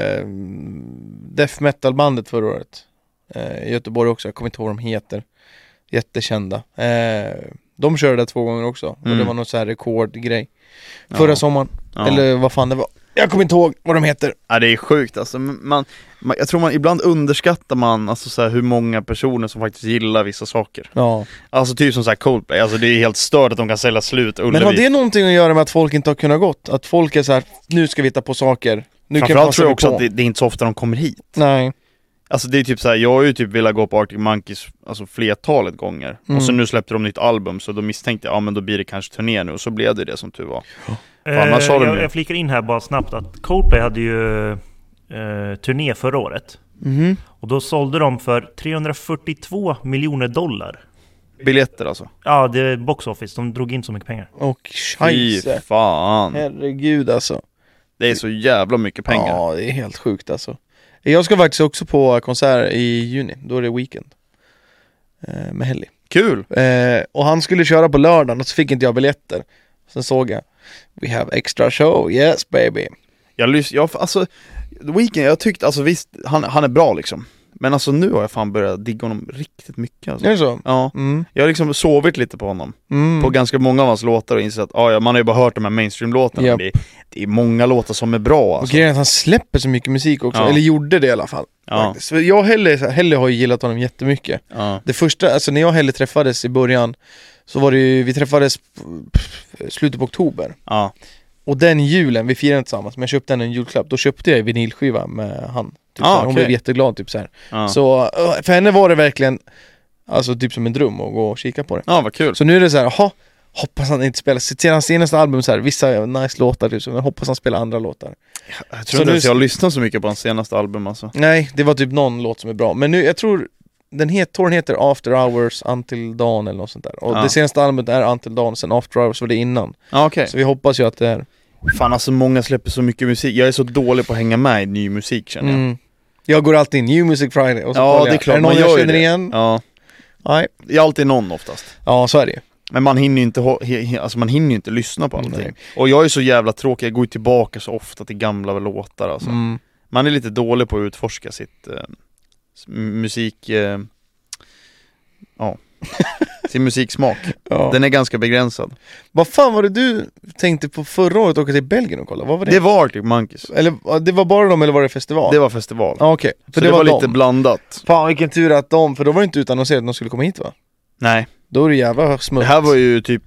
Death Metal bandet förra året. I Göteborg också, jag kommer inte ihåg vad de heter. Jättekända. De körde det 2 gånger också. Och det var någon så här rekordgrej. Förra sommaren. Eller vad fan det var. Jag kommer inte ihåg vad de heter. Ja, det är sjukt alltså. Jag tror man ibland underskattar man alltså, så här, hur många personer som faktiskt gillar vissa saker. Ja. Alltså typ som så här Coldplay, alltså det är helt stört att de kan sälja slut Ullevi. Men har det någonting att göra med att folk inte har kunnat gått? Att folk är så här, nu ska vi hitta på saker. Nu framförallt tror jag också att det är inte så ofta de kommer hit. Nej. Alltså det är typ så här, jag har ju typ velat gå på Arctic Monkeys alltså flertalet gånger. Och så nu släppte de nytt album, så då misstänkte jag, ja men då blir det kanske turné nu. Och så blev det som tur var. Jag flikar in här bara snabbt att Coldplay hade ju turné förra året. Och då sålde de för $342 miljoner. Biljetter alltså? Ja, det är box office. De drog in så mycket pengar. Och fy fan. Herregud alltså. Det är så jävla mycket pengar. Ja, det är helt sjukt alltså. Jag ska faktiskt också på konsert i juni. Då är det Weekend med Helly. Kul! Och han skulle köra på lördagen och så fick inte jag biljetter. Sen såg jag We have extra show, yes baby. Alltså Weekend, jag tyckte, alltså visst, han är bra liksom. Men alltså nu har jag fan börjat digga honom riktigt mycket alltså. Är det så? Ja, jag har liksom sovit lite på honom. På ganska många av hans låtar och insett att man har ju bara hört de här mainstream-låtarna. Yep. Det är många låtar som är bra alltså. Och grejen är att han släpper så mycket musik också, eller gjorde det i alla fall. Ja. Så jag och Helle har ju gillat honom jättemycket. Ja. Det första, alltså när jag och Helle träffades i början, så var det ju, vi träffades slutet på oktober. Ja. Och den julen, vi firade tillsammans, men jag köpte en julklapp. Då köpte jag en vinylskiva med han. Typ hon blev jätteglad typ så här. Så för henne var det verkligen alltså typ som en dröm att gå och kika på det. Ja, vad kul. Så nu är det så här, hoppas han inte spelar sitt senaste album så här, vissa nice låtar typ, men hoppas han spelar andra låtar. Jag tror inte att jag har lyssnat så mycket på hans senaste album alltså. Nej, det var typ någon låt som är bra. Men nu, jag tror touren heter After Hours Until Dawn eller något sånt där. Och det senaste albumet är Until Dawn, sen After Hours var det innan. Okay. Så vi hoppas ju att det är... Fan alltså, många släpper så mycket musik. Jag är så dålig på att hänga med i ny musik känner jag. Jag går alltid in, New Music Friday och så det är klart, är det någon jag känner igen? Ja. Nej. Det är alltid någon oftast. Ja, så är det ju. Men man hinner ju inte lyssna på allting. Nej. Och jag är så jävla tråkig, jag går tillbaka så ofta till gamla låtar alltså. Man är lite dålig på att utforska sitt musik sin musiksmak. Den är ganska begränsad. Vad fan var det du tänkte på förra året att åka till Belgien och kolla? Vad var det? Det var Arctic Monkeys. Eller det var bara dem, eller var det festival? Det var festival. Okej. För det var lite blandat. Fan vilken tur att för då var det inte utannonserat att de skulle komma hit va? Nej. Då är det jävla smutt. Det här var ju typ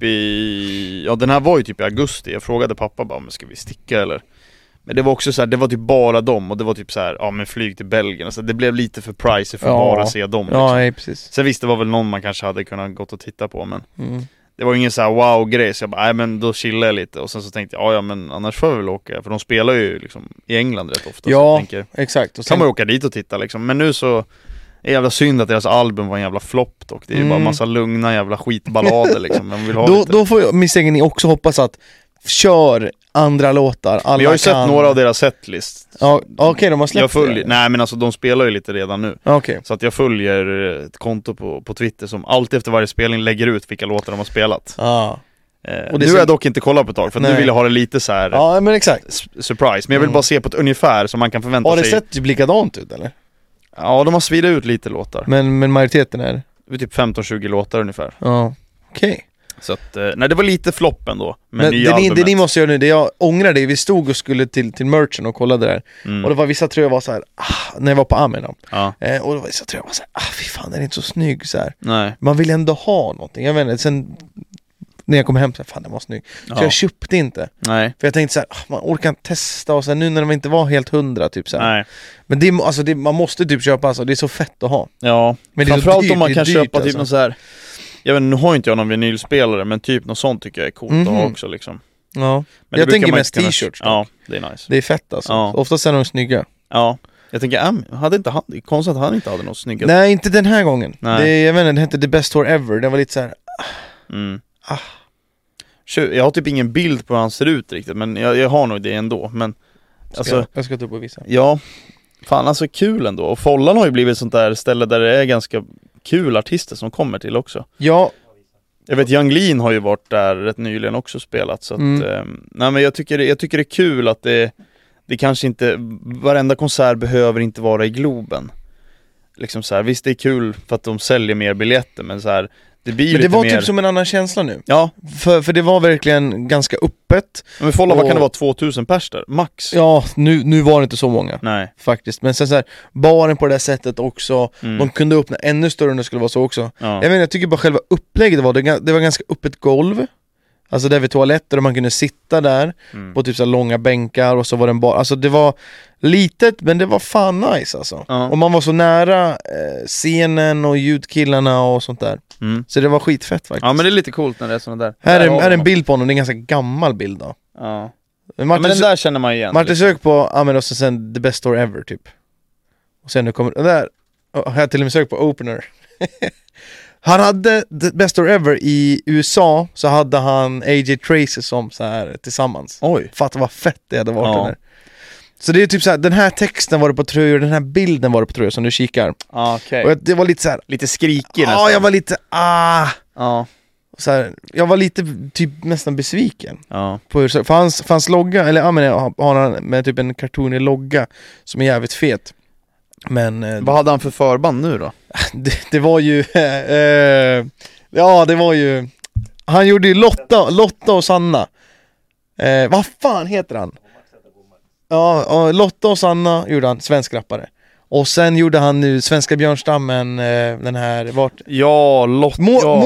den här var ju typ i augusti. Jag frågade pappa bara, men ska vi sticka eller? Men det var också så här, det var typ bara dem. Och det var typ så här, men flyg till Belgien. Alltså det blev lite för pricey för att bara se dem liksom. Ja, nej, precis. Sen visst, det var väl någon man kanske hade kunnat gått och titta på, men det var ingen så här wow-grej. Så jag bara, men då chillade jag lite. Och sen så tänkte jag, men annars får jag väl åka. För de spelar ju liksom i England rätt ofta. Ja, så jag tänker, exakt. Och sen kan man åka dit och titta liksom. Men nu så är det jävla synd att deras album var en jävla flopp dock. Det är ju bara massa lugna jävla skitballader liksom. Man vill ha då får jag misstänka ni också hoppas att kör andra låtar. Alla jag har ju sett några av deras setlist. Ja, okej, de har släppt det. Nej men alltså de spelar ju lite redan nu. Okay. Så att jag följer ett konto på Twitter som alltid efter varje spelning lägger ut vilka låtar de har spelat. Och nu har jag dock inte kollat på ett tag, för nu vill jag ha det lite så här. Ja, men exakt. Surprise, men jag vill bara se på ett ungefär som man kan förvänta sig. Har det sett typ likadant ut eller? Ja, de har svidat ut lite låtar. Men majoriteten är? Det är typ 15-20 låtar ungefär. Ja, okej. Så att, nej det var lite floppen då. Men det ni måste göra nu, det jag ångrar det, vi stod och skulle till merchen och kollade där. Och det var vissa tröjor var så här, när jag var på Amen. Och det var vissa tröjor var så här, fy fan den är inte så snygg så här. Nej. Man vill ändå ha någonting, jag vet inte, sen när jag kom hem så här, fan den var snygg. Så jag köpte inte. Nej. För jag tänkte så här, man orkar inte testa och så här, nu när de inte var helt 100 typ så här. Nej. Men man måste typ köpa, alltså det är så fett att ha. Ja, men framförallt om man kan köpa typ alltså. någon så här. Jag vet, nu har inte jag någon vinylspelare, men typ något sånt tycker jag är coolt att ha också liksom. Ja, men jag tänker mest t-shirts då. Ja, det är nice. Det är fett alltså. Ja. Oftast är de snygga. Ja, jag tänker, hade inte han, konstigt att han inte hade något snygga. Nej, inte den här gången. Jag vet inte, det hette The Best Tour Ever. Det var lite så här. Jag har typ ingen bild på hur han ser ut riktigt, men jag har nog det ändå. Men alltså, jag ska ta upp och visa. Ja, fan alltså kul ändå. Och Follan har ju blivit ett sånt där ställe där det är ganska kul artister som kommer till också. Ja. Jag vet, Young Lean har ju varit där rätt nyligen också spelat. Så att, nej men jag tycker det är kul att det kanske inte, varenda konsert behöver inte vara i Globen. liksom så här, visst det är kul för att de säljer mer biljetter, men så här, det blir men det lite var mer... typ som en annan känsla nu. Ja. För det var verkligen ganska öppet. Men Folla, vad kan det vara, 2000 pers där? Max? Ja, nu var det inte så många. Nej. Faktiskt. Men sen så här, baren på det där sättet också. De kunde öppna ännu större om det skulle vara så också. Ja. Jag tycker bara själva upplägget det var ganska öppet golv. Alltså där vid toaletter och man kunde sitta där på typ så här långa bänkar och så var det en bar. Alltså det var litet, men det var fan nice alltså. Ja. Och man var så nära scenen och ljudkillarna och sånt där. Så det var skitfett faktiskt. Ja, men det är lite coolt när det är såna där. Här är en bild på honom, det är en ganska gammal bild då. Ja. Men Men den där känner man igen. Martin sök på, och sen The Best Store Ever typ. Och sen nu kommer det där, har jag till och med sökt på Opener. Han hade The Best Store Ever i USA, så hade han AJ Tracy som så här tillsammans. Oj. Fatta vad fett det hade varit där. Så det är typ så här, den här texten var det på tröjor, den här bilden var det på tröjor som du kikar. Okej. Och det var lite så här, Lite skrikig nästan. ja, jag var lite Ja. så här, jag var lite typ nästan besviken. Ja. För hans logga, eller har han med typ en kartonig logga som är jävligt fet. Men Vad hade han för förband nu då? det var ju det var ju, han gjorde ju Lotta och Sanna. Vad fan heter han? Ja, Lotta och Sanna gjorde han, svensk rappare. Och sen gjorde han nu Svenska Björnstammen, den här Ja, Lotta.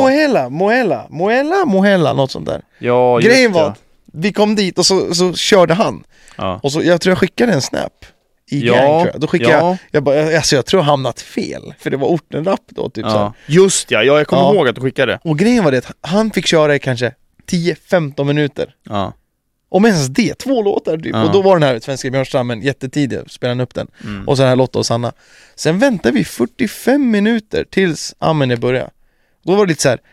Mohela, något sånt där. Ja, grejen var att vi kom dit och så körde han. Ja. Och så jag tror jag skickade en snap i gang, tror jag. Då skickade jag tror jag hamnat fel, för det var ortenrapp då typ så här. Just jag kommer ihåg att du skickade det. Och grejen var det att han fick köra i kanske 10-15 minuter. Ja. Och med det, 2 låtar typ. Och då var den här Svenska Björnstammen jättetidig, spelade han upp den. Och så här Lotta och Sanna. Sen väntade vi 45 minuter tills Amene började. Då var det lite så här,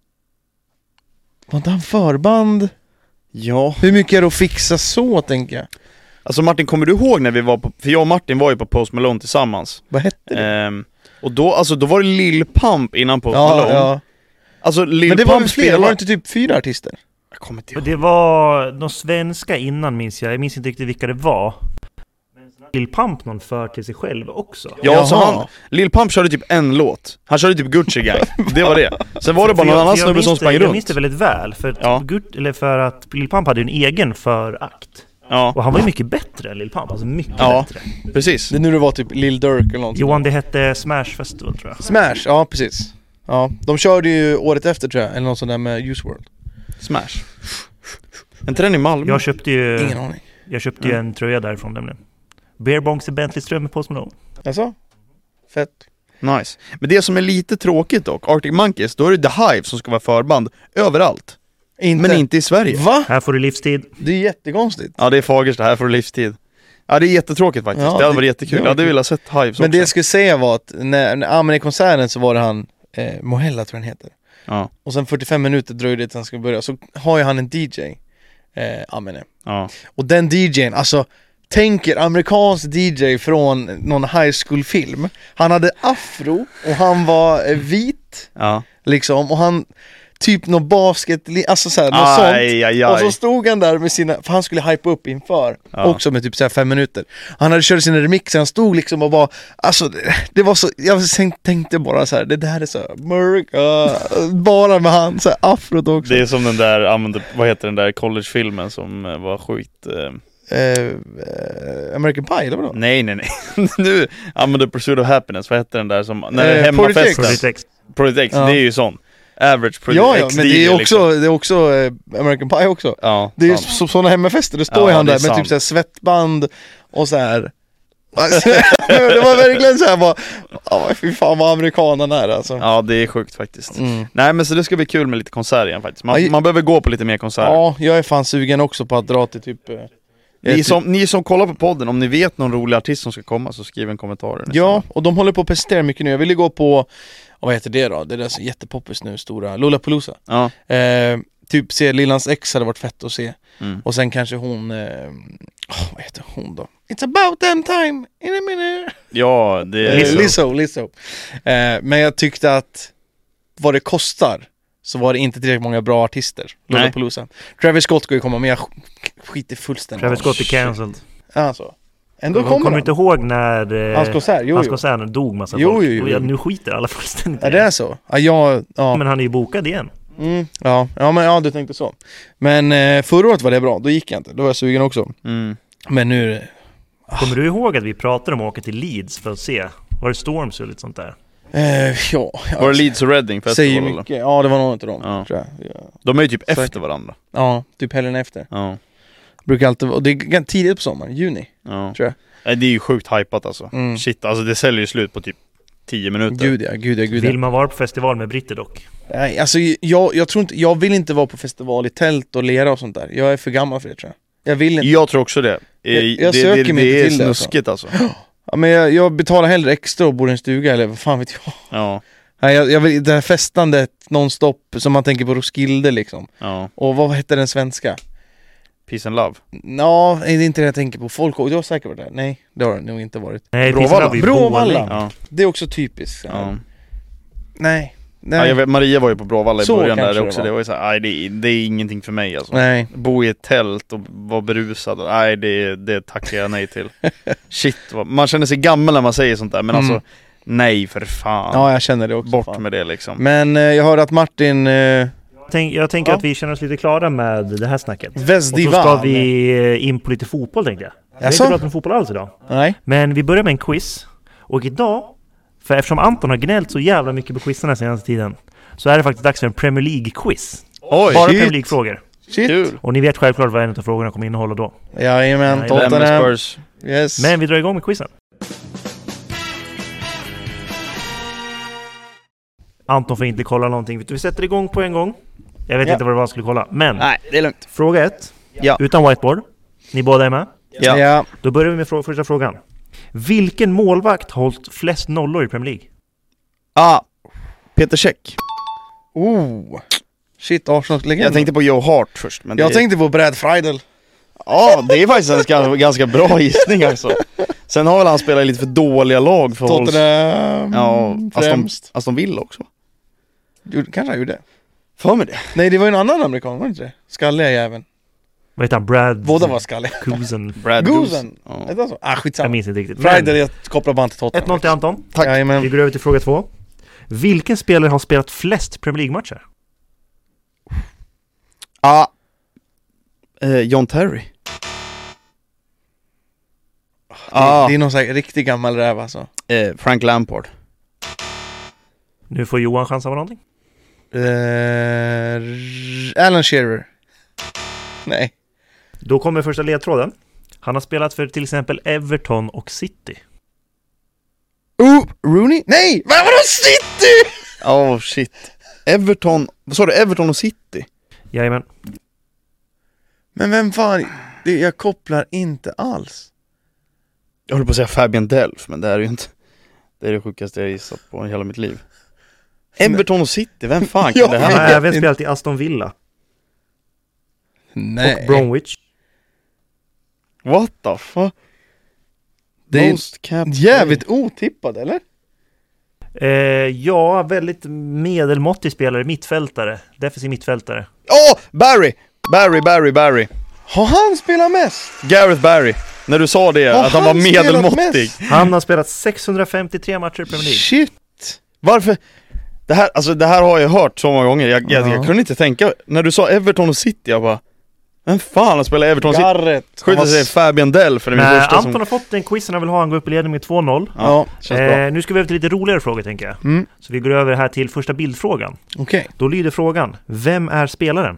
var inte han förband? Ja. Hur mycket är det att fixa så, tänker jag? Alltså Martin, kommer du ihåg när vi var på... För jag och Martin var ju på Post Malone tillsammans. Vad hette det? Och då var det Lil Pump innan Post Malone. Ja. Alltså Lil Men det var Pump fler, var det inte typ 4 artister? Jag kommer inte ihåg. Det var de svenska innan, minns jag. Jag minns inte riktigt vilka det var. Lil Pump någon för till sig själv också. Ja, så Lil Pump körde typ en låt. Han körde typ Gucci Gang. Det var det. Sen var det bara någon annan snubbe som sprang runt. Jag minns det väldigt väl. För att Lil Pump hade en egen förakt. Ja. Och han var ju mycket bättre än Lil Pump. Alltså mycket bättre. Precis. Det är nu det var typ Lil Durk eller något. Johan, det hette Smash Festival, tror jag. Smash, ja precis. Ja, de körde ju året efter, tror jag. Eller något sånt där med Use World. Smash. Inte den i Malmö? Jag köpte ju... Ingen aning. Jag köpte ju en tröja därifrån nämligen. Bear Bongs i Bentley-ström med Post Malone. Alltså? Fett. Nice. Men det som är lite tråkigt dock, Arctic Monkeys, då är det The Hive som ska vara förband överallt. Men inte i Sverige. Va? Här får du livstid. Det är jättekonstigt. Ja, det är Fagersta, här får du livstid. Ja, det är jättetråkigt faktiskt. Ja, det hade varit jättekul. Jag hade velat sett Hives också. Men det jag skulle säga var att när i konserten så var det han Mohella, tror jag han heter. Ja. Och sen 45 minuter dröjde det till han skulle börja. Så har ju han en DJ, Amene. Ja. Och den DJn, alltså tänker amerikansk DJ från någon high school film. Han hade afro och han var vit. Ja. Liksom, och han typ någon basket, alltså såhär, något sånt. Och så stod han där med sina, för han skulle hypa upp inför, också med typ såhär 5 minuter. Han hade kört sina remixer, han stod liksom och var, alltså det var så, jag tänkte bara så här, det där är så America, bara med han, såhär afrot också. Det är som den där, vad heter den där college-filmen som var skit... American Pie, eller vadå? Nej. Nu använder Pursuit of Happiness, vad heter den där som, när det är hemmafesten? Project X, det är ju sån. Average Project X. Men det är också, liksom. Det är också American Pie också. Ja, det är ju såna hemmafester, det står ju han där med typ såhär svettband och så här. Det var verkligen såhär bara, fy fan vad amerikanerna är alltså. Ja, det är sjukt faktiskt. Nej, men så det ska bli kul med lite konserter igen faktiskt. Man behöver gå på lite mer konserter. Ja, jag är fan sugen också på att dra till typ... Ni som kollar på podden, om ni vet någon rolig artist som ska komma, så skriv en kommentar. Ja, och de håller på att presentera mycket nu. Jag ville gå på, vad heter det då? Det är så jättepoppis nu, stora Lollapalooza. Ja. Typ se Lillans ex hade varit fett att se. Och sen kanske hon, vad heter hon då? It's about them time in a minute. Ja, det är Lizzo. Men jag tyckte att vad det kostar så var det inte tillräckligt många bra artister. Lollapalooza. Travis Scott ska ju komma, men jag skiter fullständigt. Travis Scott är cancelled. Alltså. Ändå kommer du inte ihåg när Hans Konsert dog massa folk? Jo. Nu skiter alla fullständigt. Ja, det är så. Ja. Men han är ju bokad igen. Ja, du tänkte så. Men förra året var det bra, då gick jag inte. Då var jag sugen också. Men nu är det... Kommer du ihåg att vi pratade om att åka till Leeds för att se? Var det Storms eller lite sånt där? Ja. Var det Leeds och Reading festival? Säger mycket. Ja, det var något av dem, tror jag. Ja. De är ju typ efter varandra. Ja, typ helgen efter. Ja. Brukar alltid vara, och det är tidigt på sommaren, juni, tror jag. Nej, det är ju sjukt hypat alltså. Shit, alltså det säljer ju slut på typ 10 minuter. Gud ja. Vill man vara på festival med britter dock? Nej, alltså jag tror inte, jag vill inte vara på festival i tält och lera och sånt där. Jag är för gammal för det, tror jag. Jag vill inte. Jag tror också det. Jag söker mig inte till det. Det är snuskigt alltså. Ja, men jag betalar hellre extra och bor i en stuga, eller vad fan vet jag. Ja. Nej, jag vill det här festandet nonstop som man tänker på Roskilde liksom. Ja. Och vad heter den svenska? Peace and Love. Ja, det är inte det jag tänker på. Folk, du har säkert varit där. Nej, det har det nog inte varit. Nej, Bråvalla. Ja. Det är också typiskt. Ja. Nej. Ja, jag vet, Maria var ju på Bråvalla i Så början där kanske också. Det var ju så här, nej, det är ingenting för mig alltså. Nej. Bo i ett tält och vara berusad. Nej, det tackar jag nej till. Shit, man känner sig gammal när man säger sånt där. Men alltså, nej för fan. Ja, jag känner det också. Bort fan. med det liksom. Men jag hörde att Martin... Jag tänker att vi känner oss lite klara med det här snacket. Vesdivan. Och så ska vi in på lite fotboll, tänkte jag. Vi har inte pratat om fotboll alls idag. Nej. Men vi börjar med en quiz. Och idag, för eftersom Anton har gnällt så jävla mycket på quizen den senaste tiden, så är det faktiskt dags för en Premier League-quiz. Oj, bara Premier League-frågor. Shit. Och ni vet självklart vad en av frågorna kommer innehålla då. Jajamän, Tottenham. Yes. Men vi drar igång med quizen. Anton får inte kolla någonting. Vi sätter igång på en gång. Jag vet inte vad det var jag skulle kolla. Men nej, det är lugnt. Fråga 1. Ja. Utan whiteboard. Ni båda är med? Ja. Då börjar vi med första frågan. Vilken målvakt har hållit flest nollor i Premier League? Peter Cech. Shit, Arsenals legend. Jag tänkte på Joe Hart först. Men jag tänkte på Brad Friedel. Ja, det är faktiskt en ganska bra gissning alltså. Sen har väl han spelat i lite för dåliga lag för Tottenham. Ja, främst. Aston Villa också. Kanske han gjorde det. För mig det. Nej, det var en annan amerikan, var det inte det? Skalliga jäveln. Vad heter han? Brad... Båda var skalliga. Cousin. Brad Goosen. Ja. Skitsamma. Jag minns inte riktigt. Friedel, jag kopplar band till Tottenham. 1-0 till Anton. Tack. Jajamän. Vi går över till fråga 2. Vilken spelare har spelat flest Premier League-matcher? John Terry. Det är någon sån här riktigt gammal räv alltså. Frank Lampard. Nu får Johan chansa på någonting. Alan Shearer. Nej. Då kommer första ledtråden. Han har spelat för till exempel Everton och City. Rooney? Nej! Vad var det? City? Shit. Everton. Vad sa du? Everton och City? Jajamän. Men vem fan? Jag kopplar inte alls. Jag håller på att säga Fabian Delph, men det är ju inte. Det är det sjukaste jag gissat på i hela mitt liv. Everton och City, vem fan kan det här? Han har även spelat i Aston Villa. Nej. Och Bromwich. What the fuck? Det är Most capped jävligt otippad, eller? Ja, väldigt medelmåttig spelare, mittfältare. Defensiv mittfältare. Barry! Har han spelat mest? Gareth Barry. När du sa det, att han var medelmåttig. Han har spelat 653 matcher i Premier League. Shit. Varför? Det här har jag hört så många gånger. Jag kunde inte tänka. När du sa Everton och City, jag bara, vem fan har spelat Everton och City? Garrett. Skjuter sig Fabian Delph för det min första Anton har fått den quizen han vill ha. Han går upp i ledning med 2-0. Ja, känns bra. Nu ska vi över till lite roligare frågor, tänker jag. Så vi går över här till första bildfrågan. Okej. Då lyder frågan: vem är spelaren?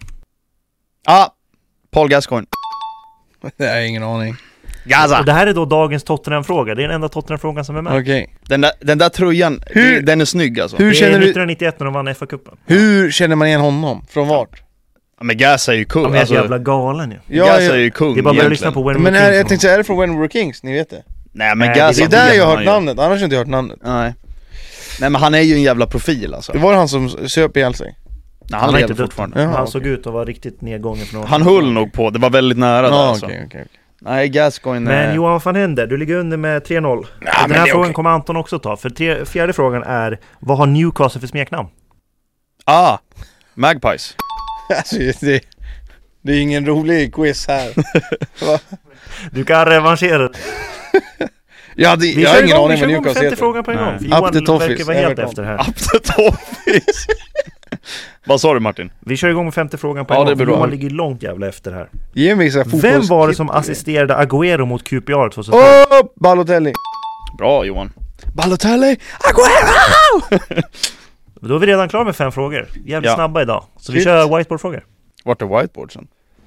Paul Gascoigne. Det är ingen aning. Gaza. Och det här är då dagens Tottenham-fråga. Det är den enda Tottenham-frågan som är med. Okej. Den där tröjan, den är snygg alltså. Hur Det är känner du? 1991 när de vann FA-cupen. Hur känner man igen honom? Från vart? Men Gaza är ju kung. Han är jävla galen ju. Gaza är ju kung. Det är bara att börja lyssna på When We Men Were jag Kings. tänkte säga, är det från When We Were Kings? Ni vet det? Nej, men Nej, Gaza. Det är där jag har han hört ju. namnet, annars har jag inte hört namnet. Nej, men han är ju en jävla profil alltså. Det var han som söp ihjäl sig. Nej, Han han har lever inte dött. fortfarande. Ja. Han såg ut att vara riktigt nedgången för några år Han sedan. höll nog på, det var väldigt nära där alltså. Okej. Nej, Gascoigne. Men Johan, vad fan händer? Du ligger under med 3-0. Den men här det är frågan okej. kommer Anton också ta. För fjärde frågan är: vad har Newcastle för smeknamn? Magpies. Alltså, det är ingen rolig quiz här. Du kan revanschera. Jag har ingen aning vad Newcastle heter. Frågan på en gång. Up the Toffees. Verkar vara helt efter här. Up the Toffees. Vad sa du, Martin? Vi kör igång med 50 frågan på en gång. Johan ligger långt jävla efter här. Vem var det som assisterade Agüero mot QPR 2012? Balotelli. Bra, Johan. Balotelli, Agüero! Då är vi redan klara med 5 frågor. Jävligt snabba idag. Så vi kör whiteboard-frågor. Vart är whiteboardsen?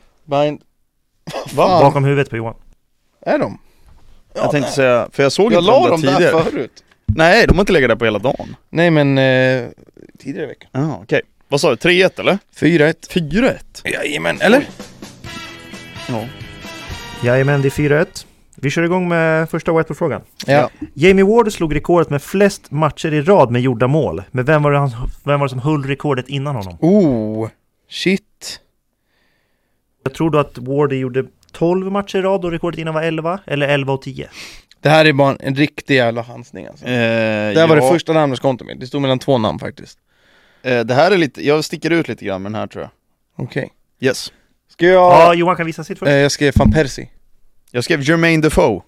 Bakom huvudet på Johan. Är de? Jag tänkte säga, för jag såg jag inte la dem där tidigare. Förut. Nej, de har inte legat där på hela dagen. Nej, men tidigare i veckan. Ja, okej. Vad sa du? 3-1 eller? 4-1. 4-1? Jajamän, eller? Ja. Jajamän, det är 4-1. Vi kör igång med första whiteboard-frågan. Ja. Jamie Ward slog rekordet med flest matcher i rad med gjorda mål. Men vem var det som höll rekordet innan honom? Shit. Jag tror då att Ward gjorde 12 matcher i rad och rekordet innan var 11. Eller 11 och 10. Det här är bara en riktig jävla chansning alltså. Det var det första namnet konto med. Det stod mellan 2 namn faktiskt. Det här är lite, jag sticker ut lite grann med den här tror jag. Okej. Yes. Ska jag... Ja, Johan kan visa sitt först. Jag skrev Van Persie. Jag skrev Jermaine Defoe.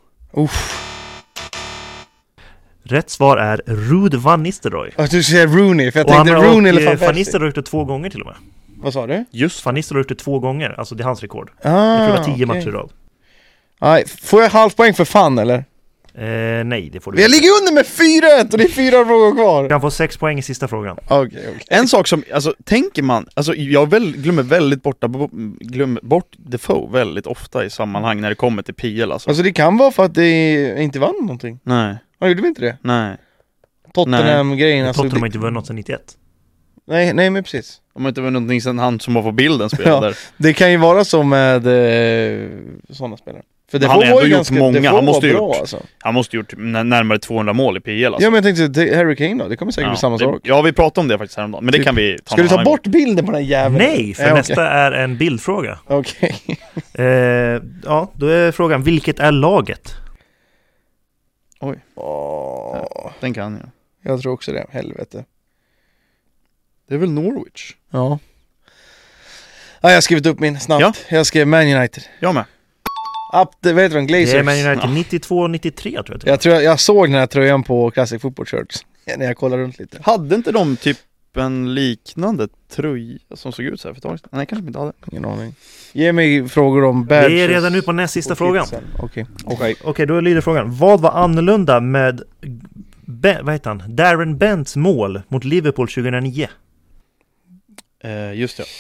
Rätt svar är Ruud van Nistelrooy. Du säger Rooney, för jag tänkte Rooney eller Van Persie. Van Nistelrooy har gjort det 2 gånger till och med. Vad sa du? Just. Van Nistelrooy har gjort det 2 gånger, alltså det är hans rekord. Jag tror det var 10 matcher i rad. Nej, får jag halvpoäng för fan eller? Nej, det får du Jag ligger under med 4-1 och det är 4 frågor kvar. Du kan få 6 poäng i sista frågan. Okej. En sak som, alltså tänker man, alltså jag glömmer väldigt bort Defoe väldigt ofta i sammanhang när det kommer till PL alltså. Alltså det kan vara för att det inte vann någonting. Nej. Ja, gjorde vi inte det? Nej. Tottenham-grejen alltså. Tottenham har inte vunnit något sedan 91. Nej men precis. De har inte vunnit någonting sedan han som var på bilden spelade där. Det kan ju vara så med sådana spelare. För han har ändå gjort många, han måste gjort närmare 200 mål i PL alltså. Ja men jag tänkte Harry Kane då, det kommer säkert bli samma sak. Ja, vi pratade om det faktiskt häromdagen, men det kan vi ta. Ska du ta bort bilden på den här jäveln? Nej, för nästa är en bildfråga. Okej. Ja, då är frågan, vilket är laget? Oj. Den kan jag. Jag tror också det, helvete. Det är väl Norwich? Ja. Jag har skrivit upp min snabbt. Ja. Jag skrev Man United. Jag med. Vet du, Glazers. Det är Man United 92-93 tror jag. Jag såg den här tröjan på Classic Football Shirts när jag kollade runt lite. Hade inte de typ en liknande tröja som såg ut så här för ett tag sedan? Nej, kanske inte hade. Ingen aning. Ge mig frågor om badges. Vi är redan nu på näst sista frågan. Okej, då lyder frågan. Vad var annorlunda med Darren Bents mål mot Liverpool 2009? Just det.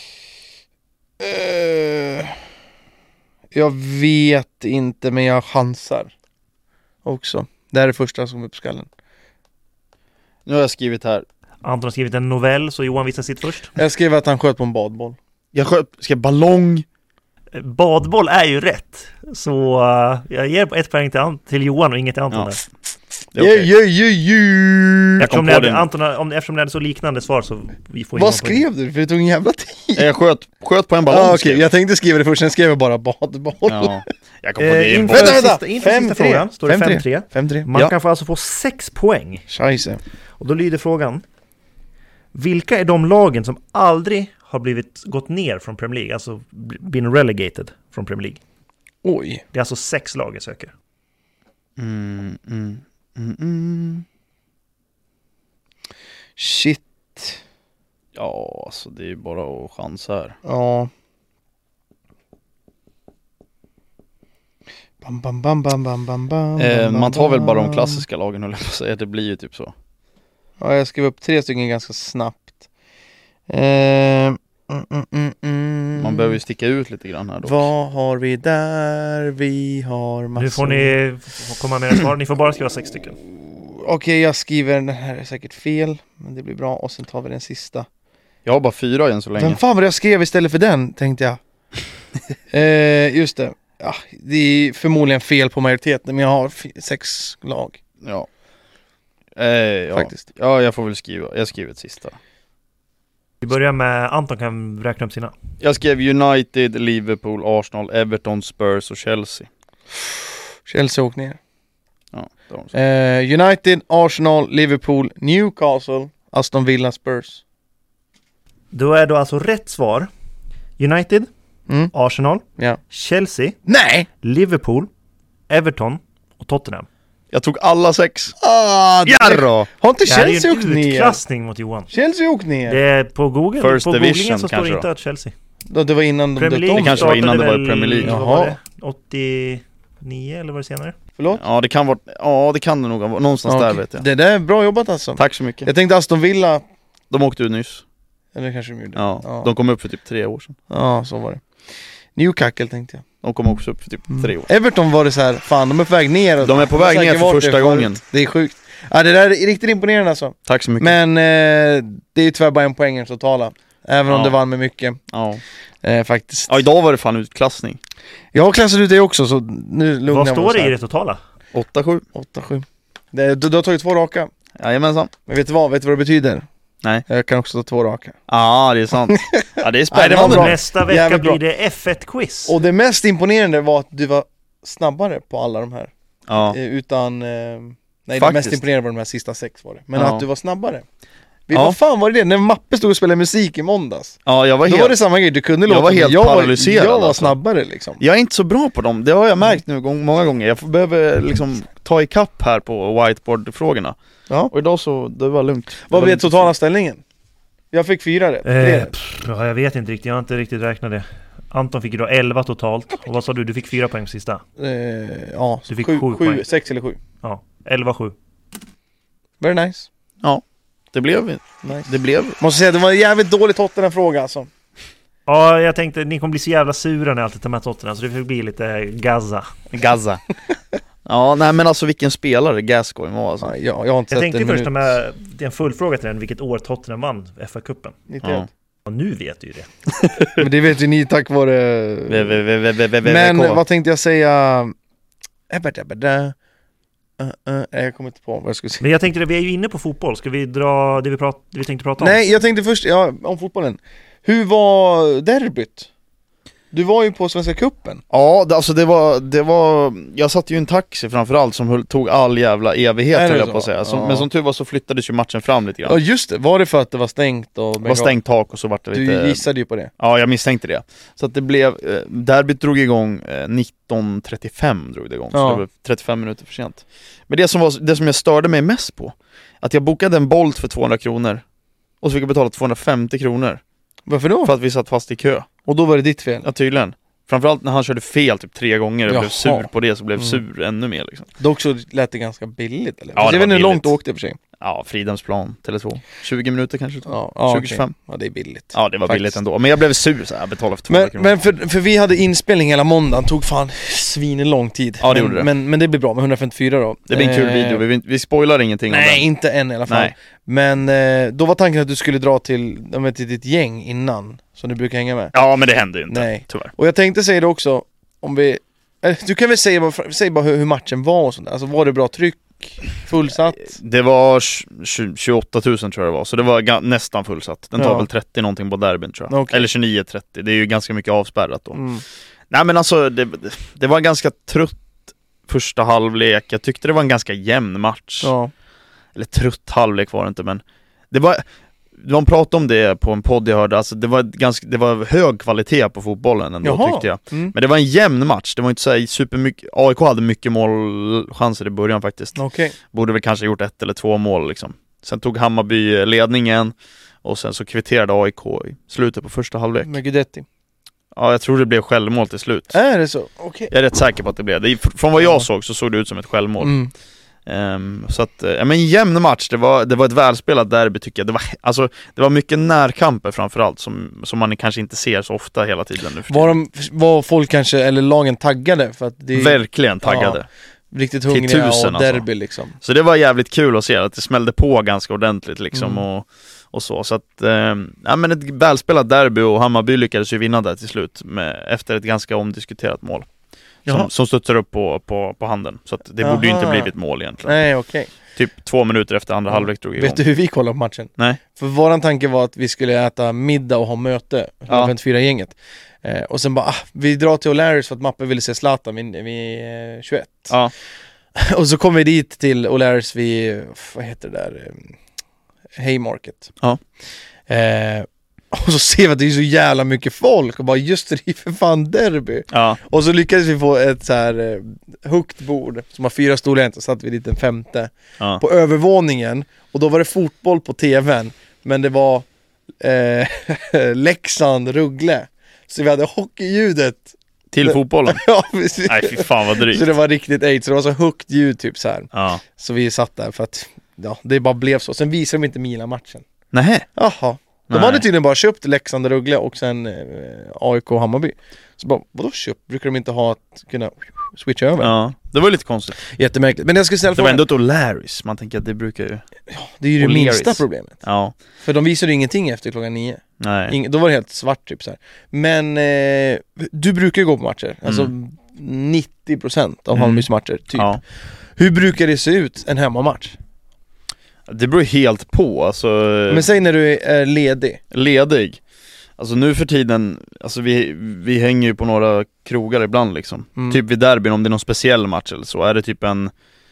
Jag vet inte, men jag chansar också. Det här är det första som är på skallen. Nu har jag skrivit här. Anton har skrivit en novell, så Johan visar sitt först. Jag skrev att han sköt på en badboll. Jag skrev ballong. Badboll är ju rätt. Så jag ger 1 poäng till Johan och inget till Anton. Eftersom det är så liknande svar så vi får. Vad skrev du? För det tog en jävla tid. Jag sköt på en ballong. Okej, jag tänkte skriva det först, sen skrev jag bara badboll. Ja. Jag kom på det. Inför sista frågan står det 5-3. Man kan få alltså få 6 poäng. Scheisse. Och då lyder frågan: vilka är de lagen som aldrig har gått ner från Premier League, alltså been relegated från Premier League? Oj. Det är alltså 6 lag jag söker. Shit. Ja, alltså det är ju bara att chansa här. Ja. Man tar väl bara de klassiska lagen, och säga det blir ju typ så. Ja, jag skrev upp 3 stycken ganska snabbt. Man behöver ju sticka ut lite grann här dock. Vad har vi där? Vi har massor. Nu får ni komma med ett svar. Ni får bara skriva 6 stycken. Okej, jag skriver, den här är säkert fel, men det blir bra. Och sen tar vi den sista. Jag har bara 4 än så länge. Vem fan var det jag skrev istället för den, tänkte jag. Just det. Ja, det är förmodligen fel på majoriteten, men jag har 6 lag. Ja. Faktiskt. Ja, jag får väl skriva. Jag skriver ett sista. Vi börjar med Anton, kan räkna upp sina. Jag skrev United, Liverpool, Arsenal, Everton, Spurs och Chelsea. Chelsea åkte ner. Ja, United, Arsenal, Liverpool, Newcastle, Aston Villa, Spurs. Då är då alltså rätt svar United, Arsenal, Chelsea, Nej! Liverpool, Everton och Tottenham. Jag tog alla 6. Jarrå! Har inte Det här är Chelsea ju åkt en ner? utklassning mot Johan. Chelsea åkt ner? Det är på Google. First på division googlingen så står kanske det inte då. att Chelsea. Det var innan de Premier döpte League om. Det kanske var innan startade det var väl, Premier League. vad Jaha. var det? 89 eller var det senare? Förlåt? Ja, det kan vara... Ja, det kan det nog vara. Någonstans där Okej. vet jag. Det där är bra jobbat alltså. Tack så mycket. Jag tänkte Aston Villa, De åkte ut nyss. eller kanske de gjorde. Ja, de kom upp för typ 3 år sedan. Ja, så var det. Newcastle tänkte jag. De kom också upp för typ 3 år. Everton var det så här, fan de är på väg ner. Och De är på väg säkert ner för varit första det gången. förut. Det är sjukt. Ja, det där är riktigt imponerande alltså. Tack så mycket. Men det är ju tyvärr bara en poäng totala. Även om Ja. det vann med mycket. Ja. Faktiskt. Ja, idag var det fan utklassning. Jag har klassat ut det också, så nu lugnar Vad jag mig står så det här. i det totala? 8-7. 8-7. Du har tagit 2 raka. Jajamensan. Men vet du vad det betyder? Nej. Jag kan också ta 2 raka. Ja, det är sant. Ja, det är Nej, det var spännande. bra. Nästa vecka Jävligt bra. blir det F1-quiz. Och det mest imponerande var att du var snabbare på alla de här. Ja. Utan... nej, det Faktiskt. mest imponerande var de här sista 6 var det. Men Ja. att du var snabbare. Ja. Vad fan var det? När Mappe stod och spelade musik i måndags. Ja, jag var Då helt... var det samma grej, du kunde Jag låta var men helt jag paralyserad, Jag var alltså. snabbare liksom. Jag är inte så bra på dem. Det har jag märkt nu många gånger. Jag behöver liksom ta i kapp här på whiteboard-frågorna. Ja. Och idag så, det var lugnt. Vad Det blev var totala ställningen? Jag fick 4 rätt. 3 rätt. Ja, jag vet inte riktigt, jag har inte riktigt räknat det. Anton fick ju då 11 totalt. Och vad sa du? Du fick 4 poäng på sista. Ja, Du fick 7 poäng. 6 eller 7. Ja, 11-7. Very nice. Det blev... Nice. Det blev... Måste säga, det var en jävligt dålig Tottenham-fråga alltså. Ja, jag tänkte ni kommer bli så jävla sura när jag alltid tar med Tottenham, så det får bli lite Gaza. Gaza. Ja, nej men alltså vilken spelare Gascoigne var alltså. Ja, jag har inte Jag sett tänkte en först minut. med det är en fullfråga till den, vilket år Tottenham vann FA-cupen. 91. Ja. Och nu vet du ju det. Men det vet ju ni tack vare... Men vad tänkte jag säga? Jag kommer inte på vad jag skulle säga. Men jag tänkte, vi är ju inne på fotboll. Ska vi dra det vi tänkte prata om? Nej, jag tänkte först om fotbollen. Hur var derbyt? Du var ju på Svenska cupen. Ja, alltså det var jag satt ju i en taxi framförallt som tog all jävla evighet Är det höll jag så? på att säga. Ja. Men som tur var så flyttades ju matchen fram lite Ja grann. just det, var det för att det var stängt? Och Det var stängt tak och så var det lite... Du gissade ju på det. Ja, jag misstänkte det. Så att det blev... derbyt drog igång 19:35 drog det igång. Så Ja. det var 35 minuter för sent. Men det som jag störde mig mest på, att jag bokade en Bolt för 200 kronor och så fick jag betala 250 kronor Varför då? för att vi satt fast i kö. Och då var det ditt fel. Ja, tydligen. Framförallt när han körde fel typ 3 gånger och Jaha. blev sur på det, så blev sur ännu mer liksom. Dock så lät det ganska billigt eller? Ja, Jag det vet inte var hur långt billigt. du åkte i och för sig. Ja, Fridhemsplan, Tele2. 20 minuter kanske. Ja, 20-25. okej. Ja, det är billigt. Ja, det var Faktiskt. billigt ändå. Men jag blev sur så här, jag betalade för 200 kronor. Men för vi hade inspelning hela måndagen, tog fan svin lång tid. Ja, det men, gjorde det. Men det blir bra med 154 då. Det blir en kul video, vi spoilar ingenting om Nej, den. inte än i alla fall. Nej. Men då var tanken att du skulle dra till ditt gäng innan, som du brukar hänga med. Ja, men det hände ju inte, Nej. tyvärr. Och jag tänkte säga det också, om vi... Du kan väl säga bara hur matchen var och sånt där. Alltså var det bra tryck, fullsatt? Det var 28 000 tror jag det var, så det var nästan fullsatt. Den tar Ja. väl 30 någonting på derbyn tror jag. Okej. Eller 29-30, det är ju ganska mycket avspärrat då. Mm. Nej men alltså, det var en ganska trött första halvlek. Jag tyckte det var en ganska jämn match. Ja. Eller trött halvlek var det inte, men det var... De pratade om det på en podd jag hörde, alltså det var hög kvalitet på fotbollen ändå. Jaha. Tyckte jag. Mm. Men det var en jämn match, det var inte så här supermycket. AIK hade mycket målchanser i början faktiskt. Okej. Borde väl kanske gjort 1 eller 2 mål liksom. Sen tog Hammarby ledningen och sen så kvitterade AIK i slutet på första halvlek. Med Guidetti. Ja, jag tror det blev självmål till slut. Är det så? Okej. Jag är rätt säker på att det blev det. Från vad jag såg så såg det ut som ett självmål. Mm. Så att, ja men jämn match, det var ett välspelat derby tycker jag. Det var mycket närkamper framförallt som man kanske inte ser så ofta hela tiden nu för tiden. Var folk kanske, eller lagen taggade? För att det är Verkligen taggade. riktigt till hungriga 1000 och derby liksom. Så det var jävligt kul att se att det smällde på ganska ordentligt liksom och så. Så att, ja men ett välspelat derby och Hammarby lyckades ju vinna där till slut efter ett ganska omdiskuterat mål. Som studsar upp på handen. Så att det borde ju inte blivit mål egentligen. Nej, okej. Typ 2 minuter efter andra halvlek drog igång. Vet du hur vi kollade på matchen? Nej. För våran tanke var att vi skulle äta middag och ha möte, 54-gänget. Och sen bara, vi drar till O'Larrys för att Mappe ville se Zlatan vid 21. Ja. Och så kom vi dit till O'Larrys vid, vad heter det där? Haymarket. Ja. Och så ser vi att det är så jävla mycket folk och bara just det är för fan derby. Ja. Och så lyckades vi få ett så här högt bord som har 4 stolar, och satt vi dit en 5:e på övervåningen, och då var det fotboll på tvn, men det var Leksand Rögle, så vi hade hockeyljudet till fotbollen. Ja, precis. Nej, fy fan vad drygt. Så det var riktigt så det var så högt ljud typ så här. Ja. Så vi satt där för att det bara blev så. Sen visade de inte Milan-matchen. Nej. Jaha. De hade tydligen bara köpt Leksand och Rögle och sen AIK och Hammarby. Så bara, vadå köpt? Brukar de inte ha att kunna switcha över? Ja, det var lite konstigt. Jättemärkligt. Men jag skulle ställa det var ändå då Larrys. Man tänker att det brukar ju... Ja, det är ju det minsta problemet. Ja. För de visade ju ingenting efter 9:00. Nej. Då var det helt svart typ så här. Men du brukar ju gå på matcher. Alltså 90% av Hammarbys matcher typ. Ja. Hur brukar det se ut en hemmamatch? Det beror helt på, alltså... Men säg när du är ledig. Alltså nu för tiden, alltså vi hänger ju på några krogar ibland liksom. Typ vid derbyn, om det är någon speciell match eller så, är det typ en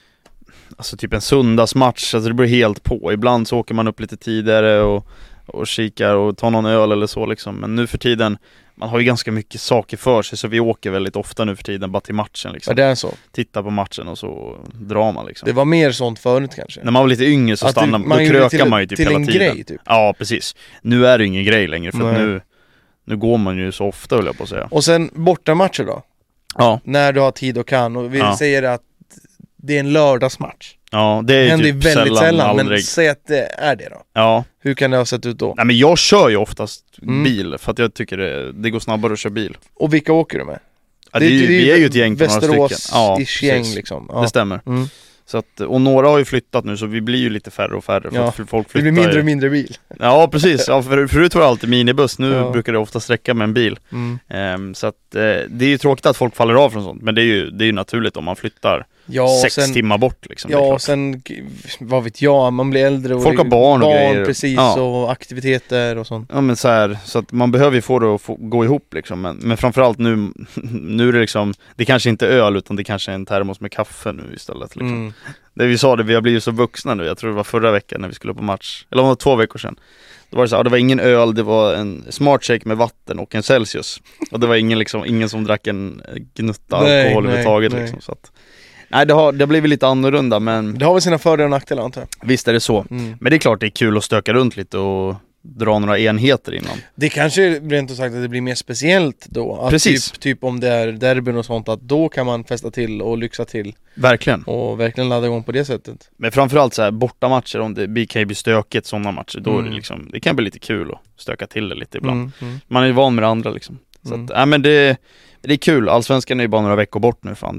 söndagsmatch, alltså det beror helt på. Ibland så åker man upp lite tidigare och kikar och tar någon öl eller så liksom. Men nu för tiden, man har ju ganska mycket saker för sig, så vi åker väldigt ofta nu för tiden bara till matchen liksom. Ja, det är så. Titta på matchen och så drar man liksom. Det var mer sånt förut kanske. När man var lite yngre så stannade man, då krökar man ju typ hela tiden. Till en grej typ. Ja, precis. Nu är det ingen grej längre, för att nu går man ju så ofta, vill jag på att säga. Och sen bortamatcher då? Ja. När du har tid och kan, och vi säger att det är en lördagsmatch. Ja, det är typ väldigt sällan, men säg att det är det då. Ja. Hur kan det ha sett ut då? Nej, men jag kör ju oftast bil, för att jag tycker det går snabbare att köra bil. Och vilka åker du med? Ja, vi är ju ett gäng på några stycken. Västerås gäng liksom. Ja. Det stämmer. Så att, och några har ju flyttat nu, så vi blir ju lite färre och färre, för att folk flyttar. Det blir mindre och mindre bil. Ja, precis. Ja, förut var det alltid minibuss, nu brukar det ofta sträcka med en bil. Så att det är ju tråkigt att folk faller av från sånt, men det är ju naturligt om man flyttar 6 timmar bort liksom. Ja, och sen, vad vet jag, man blir äldre och folk har barn och grejer. Precis, och aktiviteter och sånt. Ja, men så att man behöver ju få det att gå ihop liksom. Men framförallt nu är det liksom, det kanske inte öl, utan det kanske är en termos med kaffe nu istället liksom. Det vi sa, vi har blivit så vuxna nu. Jag tror det var förra veckan när vi skulle på match, eller om det var 2 veckor sedan. Då var det så här, det var ingen öl, det var en smart shake med vatten och en Celsius. Och det var ingen som drack en gnutta alkohol överhuvudtaget liksom, så att nej, det har blivit lite annorlunda, men det har väl sina fördelar och nackdelar, antar jag. Visst är det så. Men det är klart det är kul att stöka runt lite och dra några enheter innan. Det kanske rent och sagt att det blir mer speciellt då. Att precis. Typ om det är derbyn och sånt, att då kan man festa till och lyxa till. Verkligen. Och verkligen ladda igång på det sättet. Men framförallt så här bortamatcher, om det kan bli stökigt, sådana matcher, då är det liksom, det kan bli lite kul att stöka till det lite ibland. Man är ju van med det andra liksom. Så att, men det är kul. Allsvenskan är ju bara några veckor bort nu, fan.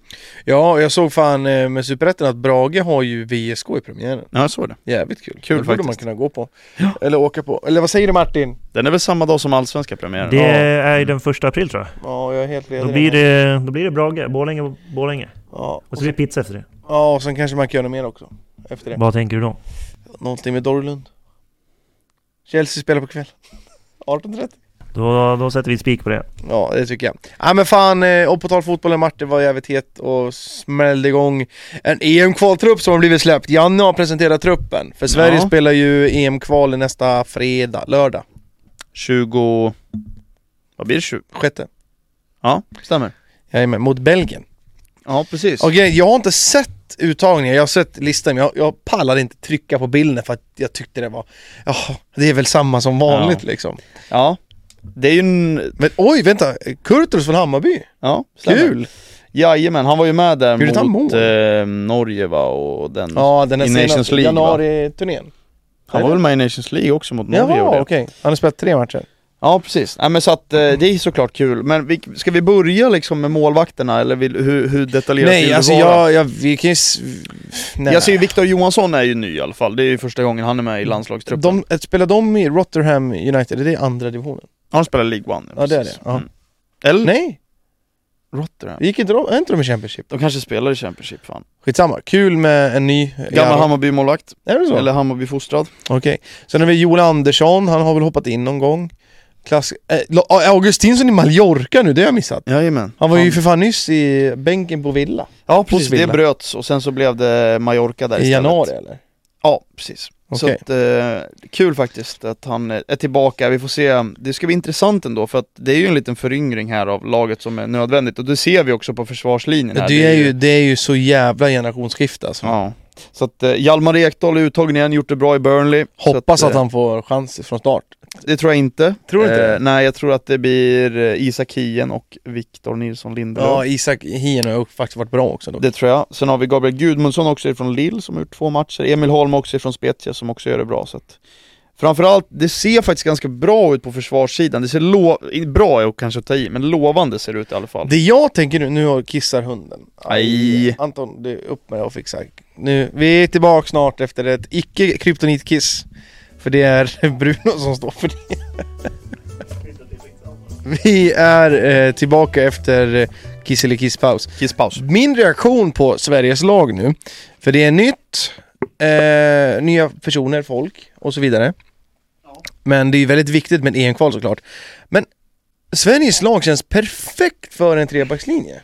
Ja, jag såg fan med Superettan att Brage har ju VSK i premiären. Ja, jag såg det. Jävligt kul. Kul, det borde man kunna gå på. Ja. Eller åka på. Eller vad säger du, Martin? Den är väl samma dag som allsvenska premiären? Det är den 1 april, tror jag. Ja, jag är helt redo. Då blir det Brage, Borlänge. Ja. Och så blir det pizza efter det. Ja, och sen kanske man kan göra mer också efter det. Vad tänker du då? Någonting med Dorlund. Chelsea spelar på kväll. 18:30. Då sätter vi spik på det. Ja, det tycker jag. Ja, men fan, och på tal fotbollen, Martin var jävligt het och smällde igång en EM-kvaltrupp som har blivit släppt. Janne har presenterat truppen. För Sverige spelar ju EM-kval nästa lördag. 20... Vad blir det? 26. Ja, stämmer. Jag är med, mot Belgien. Ja, precis. Okej, jag har inte sett uttagningen, jag har sett listan, jag pallade inte trycka på bilden för att jag tyckte det var, det är väl samma som vanligt liksom. Ja. Det är ju Men oj, vänta, Kurtulus från Hammarby. Ja, stämmer. Kul. Jajamän, han var ju med där mot Norge, va, och den i Nations League, januari-turnén. Han var väl med i Nations League också mot Norge. Ja, okej. Han har spelat 3 matcher. Ja, precis. Nej, men så att det är såklart kul. Men ska vi börja liksom med målvakterna, eller hur detaljerat vill du vara? Vi kan ju... Jag ser ju Victor Johansson är ju ny i alla fall. Det är ju första gången han är med i landslagstruppen. Spelar de i Rotherham United? Är det andra divisionen? Han spelar League One. Ja, det är det. Ja. Eller? Nej. Rotherham. Gick inte de i Championship? De kanske spelar i Championship, fan. Skitsamma. Kul med en ny... Gammal Hammarby-målvakt. Är det så? Eller Hammarby-fostrad. Okej. Sen har vi Joel Andersson. Han har väl hoppat in någon gång. Augustinsson i Mallorca nu, det har jag missat. Jajamän. Han var ju för fan nyss i bänken på Villa. Ja, precis. Det bröts och sen så blev det Mallorca där i januari, eller? Ja, precis. Okay. Så att, kul faktiskt att han är tillbaka. Vi får se, det ska bli intressant ändå, för att det är ju en liten föryngring här av laget som är nödvändigt, och det ser vi också på försvarslinjen här. Det är ju så jävla generationsskifte alltså. Ja. Så att Hjalmar Ekdal är uttagen igen, gjort det bra i Burnley. Hoppas att han får chans från start. Det tror jag inte. Tror du inte? Nej, jag tror att det blir Isak Hien och Victor Nilsson Lindelöf. Ja, Isak Hien har faktiskt varit bra också då. Det tror jag. Sen har vi Gabriel Gudmundsson också från Lille som har gjort 2 matcher. Emil Holm också från Spezia som också gör det bra. Så att, framförallt, det ser faktiskt ganska bra ut på försvarssidan. Det ser bra är att kanske ta i, men lovande ser det ut i alla fall. Det jag tänker nu kissar hunden. Aj. Anton, det är upp med det och fixa. Nu, vi är tillbaka snart efter ett icke-kryptonitkiss. För det är Bruno som står för det. Vi är tillbaka efter kiss eller kisspaus. Kisspaus. Min reaktion på Sveriges lag nu, för det är nytt, nya personer, folk och så vidare. Men det är väldigt viktigt med EM-kval såklart. Men Sveriges lag känns perfekt för en trebackslinje.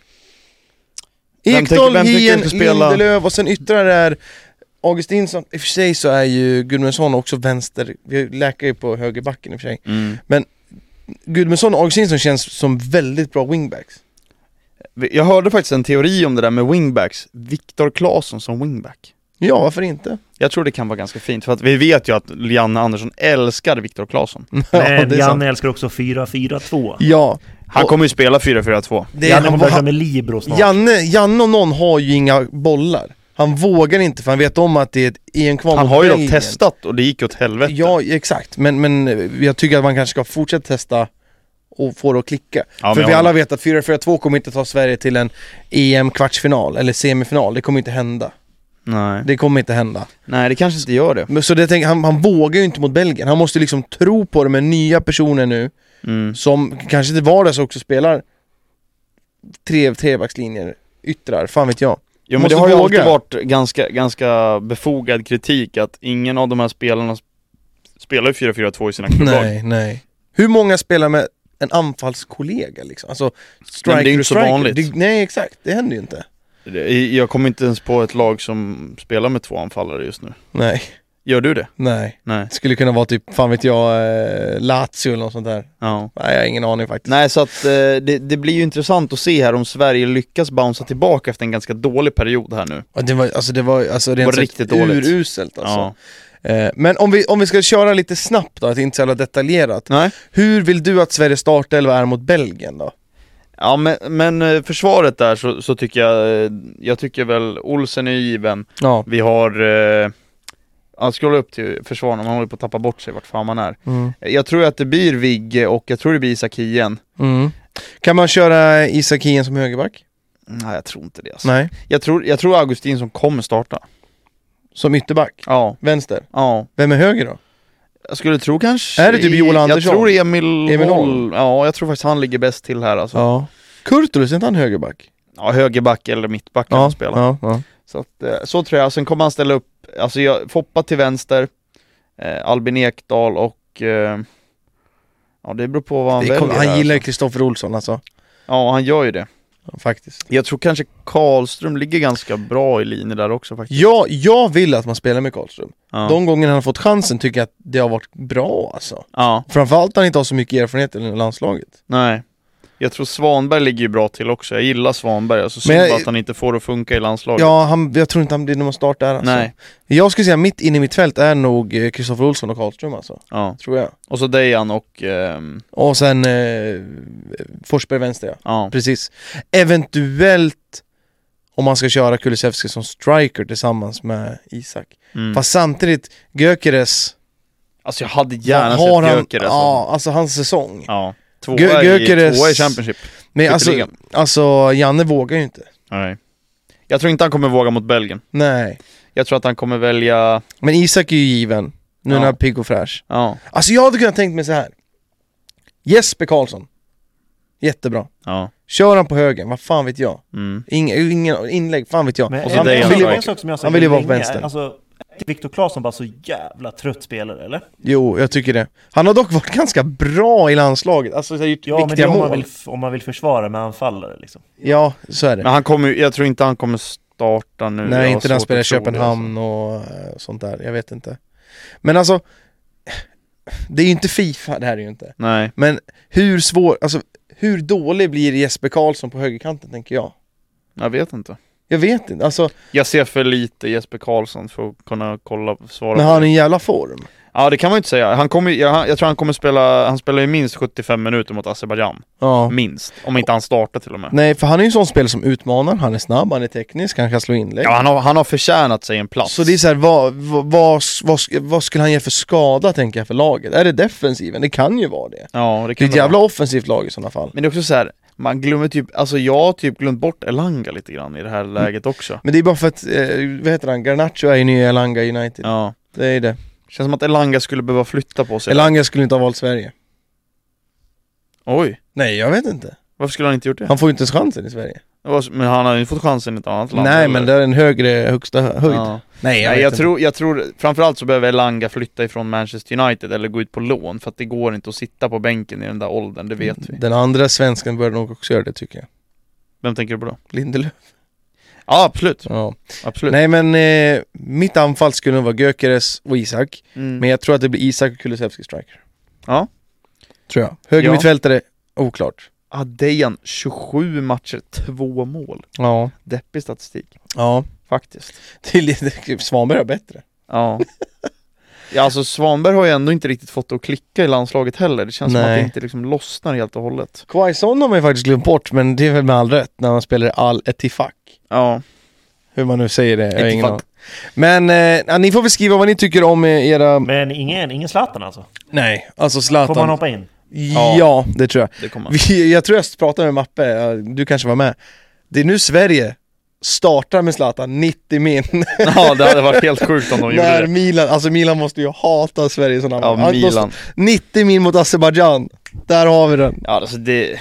Ekdal, Hien, Lindelöf och sen yttrar är Augustinsson. I och för sig så är ju Gudmundsson också vänster. Vi läkar ju på högerbacken i och för sig. Men Gudmundsson och Augustinsson känns som väldigt bra wingbacks. Jag hörde faktiskt en teori om det där med wingbacks. Viktor Claesson som wingback. Ja, varför inte? Jag tror det kan vara ganska fint, för att vi vet ju att Janne Andersson älskar Viktor Claesson. Men Janne älskar också 4-4-2. Ja. Han kommer ju spela 4-4-2. Janne kommer börja med Libro snart. Janne och någon har ju inga bollar. Han vågar inte, för han vet om att det är ett EM-kval. Han har ju dock testat och det gick åt helvete. Ja, exakt. Men jag tycker att man kanske ska fortsätta testa och få det att klicka. Ja, för vi alla vet att 4-4-2 kommer inte ta Sverige till en EM-kvartsfinal eller semifinal. Det kommer inte hända. Nej. Det kommer inte hända. Nej, det kanske inte gör det. Men så det han vågar ju inte mot Belgien. Han måste liksom tro på det med nya personer nu. Som kanske inte vardags också spelar trebackslinjer, yttrar, fan vet jag. Ja, men det har ju alltid varit ganska befogad kritik att ingen av de här spelarna spelar 4-4-2 i sina klubblag. Nej. Hur många spelar med en anfallskollega liksom? Alltså striker, men det är inte så vanligt. Nej, exakt. Det händer ju inte. Jag kommer inte ens på ett lag som spelar med 2 anfallare just nu. Nej. Gör du det? Nej. Nej. Skulle kunna vara typ, fan vet jag, Lazio eller något sånt där. Ja. Nej, jag har ingen aning faktiskt. Nej, så att det blir ju intressant att se här om Sverige lyckas bouncea tillbaka efter en ganska dålig period här nu. Ja, det var riktigt dåligt. Uruselt alltså. Ja. Men om vi ska köra lite snabbt då, att inte så jävla detaljerat. Nej. Hur vill du att Sverige startelva är mot Belgien då? Ja, men försvaret där så tycker jag tycker väl Olsen är given. Ja. Vi har scrolla upp till försvararen om man håller på att tappa bort sig vart fan man är. Jag tror att det blir Vigge och jag tror det blir Isak Hien. Kan man köra Isak Hien som högerback? Nej, jag tror inte det alltså. Nej. Jag tror Augustin som kommer starta. Som ytterback? Ja. Vänster? Ja. Vem är höger då? Jag skulle tro kanske... Är det typ Joel Andersson? Jag tror Emil Holm. Ja, jag tror faktiskt han ligger bäst till här alltså. Ja. Kurtulus, är inte han högerback? Ja, högerback eller mittback kan han spela. Ja. Så att, så tror jag. Sen kommer han ställa upp, alltså Foppa till vänster, Albin Ekdal och ja, det beror på vad han väljer. Han gillar ju Kristoffer Olsson alltså. Ja, han gör ju det. Ja, faktiskt. Jag tror kanske Karlström ligger ganska bra i linje där också faktiskt. Ja, jag vill att man spelar med Karlström. Ja. De gånger han har fått chansen tycker jag att det har varit bra alltså. Ja. Framförallt han inte har så mycket erfarenhet i landslaget. Nej. Jag tror Svanberg ligger ju bra till också. Jag gillar Svanberg. Alltså synd att han inte får det att funka i landslaget. Ja, jag tror inte han blir någon start där alltså. Nej. Jag skulle säga mitt inne i mitt fält är nog Kristoffer Olsson och Karlström alltså. Ja. Tror jag. Och så Dejan och sen Forsberg vänster, ja. Precis. Eventuellt om man ska köra Kulusevski som striker tillsammans med Isak. Fast samtidigt Gyökeres. Alltså jag hade gärna sett Gyökeres. Ja, alltså hans säsong. Ja. Tvåa i Championship. Men alltså Janne vågar ju inte. Nej. Jag tror inte han kommer våga mot Belgien. Nej. Jag tror att han kommer välja... Men Isak är ju given. Nu när han är pigg och fräsch. Ja. Alltså jag hade kunnat tänkt mig så här. Jesper Karlsson. Jättebra. Ja. Kör han på högen, vad fan vet jag. Ingen inlägg, fan vet jag. Men och så han vill ju vara på vänster. Alltså, Viktor Claesson bara så jävla trött spelare, eller? Jo, jag tycker det. Han har dock varit ganska bra i landslaget. Alltså, så gjort viktiga mål. Om man vill försvara med anfallare liksom. Ja, så är det. Men jag tror inte han kommer starta nu. Nej, inte när han spelar i Köpenhamn och sånt där. Jag vet inte. Men alltså, det är ju inte FIFA, det här är ju inte. Nej. Men hur dålig blir Jesper Karlsson på högerkanten, tänker jag? Jag vet inte. Alltså, jag ser för lite Jesper Karlsson för att kunna svara. Men han är en jävla form. Ja, det kan man ju inte säga. Jag tror han kommer spela, han spelar ju minst 75 minuter mot Azerbaijan. Ja. Minst, om inte han startar till och med. Nej, för han är ju en sån spelare som utmanar, han är snabb, han är teknisk, han kan slå inlägg. Ja, han har förtjänat sig en plats. Så det är så här, vad skulle han ge för skada, tänker jag, för laget? Är det defensiven? Det kan ju vara det. Ja, det är ett jävla offensivt lag i sådana fall. Men det är också så här, man glömmer typ, alltså jag har typ glömt bort Elanga lite grann i det här läget också. Men det är bara för att, vad heter han? Garnacho är ju ny i Elanga United. Ja. Det är det. Känns som att Elanga skulle behöva flytta på sig. Elanga skulle inte ha valt Sverige. Oj. Nej, jag vet inte. Varför skulle han inte gjort det? Han får ju inte ens chansen i Sverige. Men han har ju fått chansen i ett annat land. Nej, eller? men det är en högsta höjd. Ja. Nej, jag tror framförallt så behöver Elanga flytta ifrån Manchester United eller gå ut på lån, för att det går inte att sitta på bänken i den där åldern, det vet vi. Den andra svensken bör nog också göra det, tycker jag. Vem tänker du på då? Lindelöf. Ja, absolut. Ja. Absolut. Nej, men mitt anfall skulle nog vara Gyökeres och Isak. Men jag tror att det blir Isak och Kulusevski striker. Ja. Tror jag. Höger mittfältare, oklart. Dejan, 27 matcher, 2 mål. Ja. Deppig statistik. Ja. Faktiskt. Svanberg är bättre. Ja. Ja, alltså Svanberg har ju ändå inte riktigt fått att klicka i landslaget heller. Det känns som att det inte liksom lossnar helt och hållet. Quaison har man ju faktiskt glömt bort, men det är väl med all rätt när man spelar Al-Ettifaq. Ja. Hur man nu säger det. Men ni får väl skriva vad ni tycker om era... Men ingen Zlatan alltså? Nej, alltså Zlatan. Får man hoppa in? Ja, det tror jag. Det kommer. Jag tror jag pratade med Mappe, du kanske var med. Det är nu Sverige startar med Zlatan 90 min. Ja, det hade varit helt sjukt om de gjorde det. Milan måste ju hata Sverige sådana. Ja, Milan. 90 min mot Azerbaijan. Där har vi den. Ja, alltså det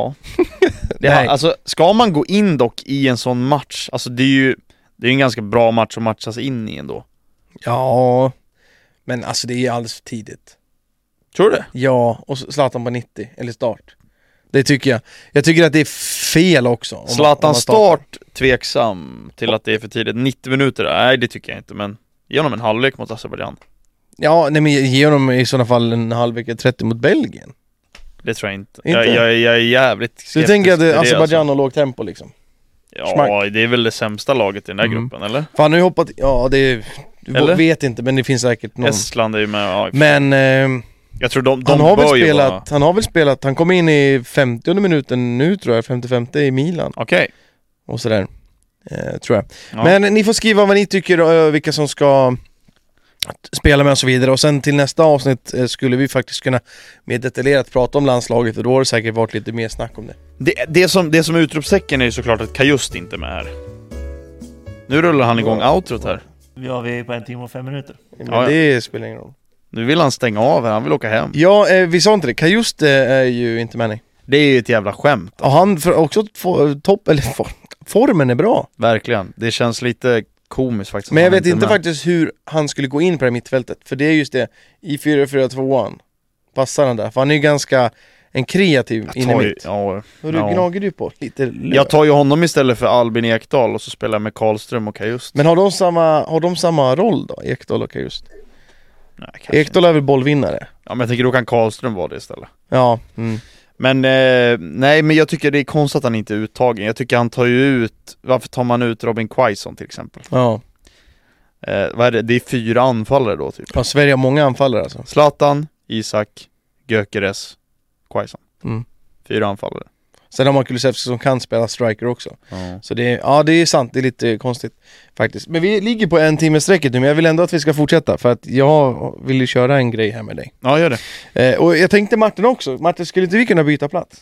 alltså, ska man gå in dock i en sån match, alltså det är en ganska bra match att matchas in i ändå. Ja, men alltså det är alldeles för tidigt. Tror du det? Ja, och Zlatan på 90, eller start. Det tycker jag. Jag tycker att det är fel också. Zlatan start tveksam till att det är för tidigt. 90 minuter, nej det tycker jag inte. Men ge honom en halvlek mot Azerbaijan. Ja, nej, men ge honom i sådana fall en halvlek 30 mot Belgien. Det tror jag inte. Jag är jävligt skeptisk. Du tänker att Azerbaijan har låg tempo liksom? Ja, det är väl det sämsta laget i den där gruppen, eller? För han har ju hoppat, ja det... Du vet inte, men det finns säkert någon... Estland är ju med, ja. Men... jag tror de han har väl spelat, han kom in i 50:e minuten nu tror jag, 55:e i Milan. Okej. Och sådär, tror jag. Ja. Men ni får skriva vad ni tycker, vilka som ska spela med och så vidare. Och sen till nästa avsnitt skulle vi faktiskt kunna mer detaljerat prata om landslaget, och då har det säkert varit lite mer snack om det. Det som är utropstecken är ju såklart att Kajust inte är med här. Nu rullar han igång outrot här. Ja, vi är på 1 timme och 5 minuter. Men det spelar ingen roll. Nu vill han stänga av här, han vill åka hem. Ja, vi sa inte det. Kajust är ju inte med. Det är ju ett jävla skämt. Och han också formen är bra. Verkligen. Det känns lite komiskt faktiskt. Men jag vet inte faktiskt hur han skulle gå in på det mittfältet. För det är just det, i 4-4-2 passar han där. För han är ju ganska en kreativ inne mitt. Hur gnager du på? Lite jag tar ju honom istället för Albin Ekdal, och så spelar jag med Karlström och Kajust. Men har de samma roll då, Ekdal och Kajust? Nej, Ekdal är väl bollvinnare? Ja, men jag tänker då kan Karlström vara det istället. Ja. Men nej, men jag tycker det är konstigt att han inte är uttagen. Jag tycker han tar ju ut, varför tar man ut Robin Quaison till exempel? Ja. Vad är det? Det är 4 anfallare då typ. Ja, Sverige har många anfallare alltså. Zlatan, Isak, Gyökeres, Quaison. 4 anfallare. Sen har man Kulusevski som kan spela striker också. Så det är sant, det är lite konstigt faktiskt. Men vi ligger på 1 timme sträcket nu, men jag vill ändå att vi ska fortsätta, för att jag vill ju köra en grej här med dig. Ja, gör det. Och jag tänkte Martin också. Martin, skulle inte vi kunna byta plats?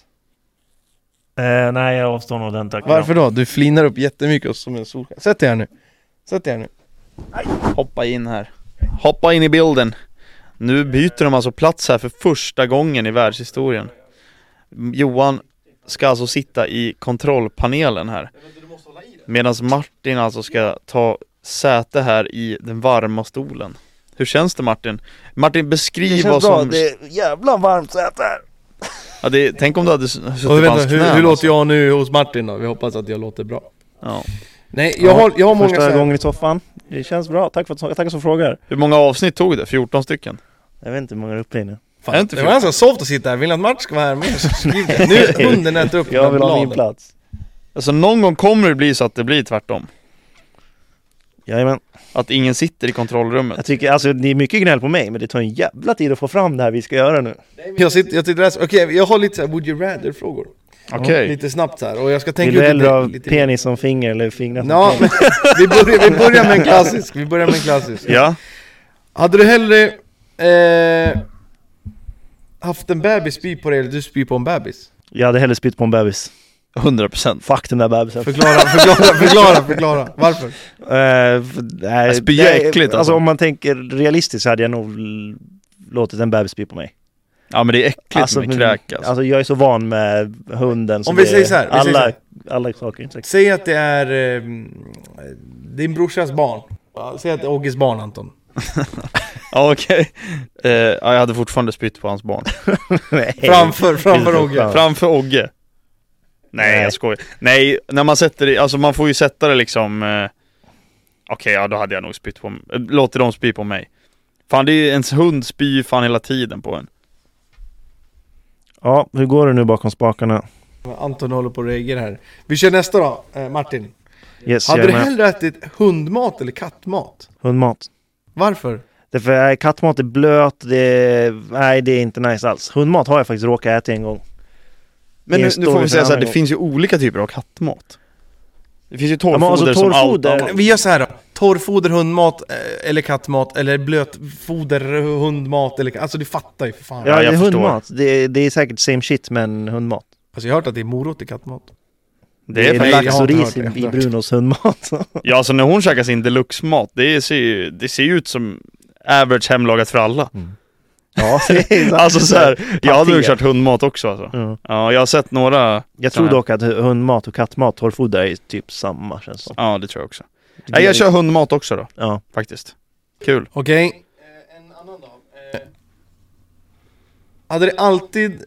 Nej, jag avstår nog den, tack. Varför då? Du flinar upp jättemycket som en solskär. Sätt dig här nu. Nej. Hoppa in här. Hoppa in i bilden. Nu byter de alltså plats här för första gången i världshistorien. Johan ska alltså sitta i kontrollpanelen här, medan Martin alltså ska ta säte här i den varma stolen. Hur känns det, Martin? Martin, beskriv vad som... Det är jävla varmt säte här. Ja, tänk om du hade suttit på hans knä. Hur låter jag nu hos Martin då? Vi hoppas att jag låter bra. Ja. Nej, jag har många första gången i soffan. Det känns bra. Tack som frågar. Hur många avsnitt tog det? 14 stycken? Jag vet inte hur många är uppe i nu. Fan, det var ganska soft att sitta här. Vill att Mart ska vara här med så skriv det. Nu hunden äter upp. Jag vill ha min plats. Alltså någon gång kommer det bli så att det blir tvärtom. Jajamän. Att ingen sitter i kontrollrummet. Jag tycker, alltså det är mycket gnäll på mig, men det tar en jävla tid att få fram det här vi ska göra nu. Jag sitter där. Okej, jag har lite så här would you rather frågor. Okej. Lite snabbt så här. Och jag ska tänka Vill du hellre ha lite penis som finger eller fingrar som Ja, penis? men vi börjar med en klassisk. Ja. Hade du hellre haft en bebis spy på dig eller du spy på en bebis? Jag hade hellre spytt på en bebis. 100%. Fuck den där bebisen. Förklara. Varför? Nej, spy är äckligt, alltså om man tänker realistiskt så hade jag nog låtit en bebis spy på mig. Ja, men det är äckligt med kräk alltså jag är så van med hunden. Om vi säger så här, alla saker inte. Säg att det är din brorsas barn. Säg att det är Ogges barn, Anton. Ja, okej. Jag hade fortfarande spytt på hans barn. Framför Ogge. Framför Ogge. Nej, jag skojar. Nej, när man sätter det, alltså man får ju sätta det liksom okej, ja, då hade jag nog spytt på låter dem spy på mig. Fan, det är ens hund spyr fan hela tiden på en. Ja, hur går det nu bakom spakarna? Anton håller på att reagera här. Vi kör nästa då, Martin. Yes, hade du hellre ätit hundmat eller kattmat? Hundmat. Varför? Därför kattmat är blöt, nej det är inte nice alls. Hundmat har jag faktiskt råkat äta en gång. Men nu får vi säga så här, det finns ju olika typer av kattmat. Det finns ju torrfoder som allt. Vi gör så här då. Torrfoder, hundmat eller kattmat eller blötfoder, hundmat eller... Alltså du fattar ju för fan. Ja, det är hundmat. Det är säkert same shit men hundmat. Alltså jag har hört att det är morot i kattmat. Det är lax och ris i Brunos hundmat. Ja, alltså när hon käkar sin deluxe-mat, det ser ju ut som average hemlagat för alla. Mm. Ja, alltså så här, jag hade nog kört hundmat också alltså. Ja, jag har sett några. Jag tror dock att hundmat och kattmat, torrfoder är typ samma, känns som. Ja, det tror jag också. Nej, jag kör hundmat också då. Ja, faktiskt. Kul. Okej. En annan dag. Hade det alltid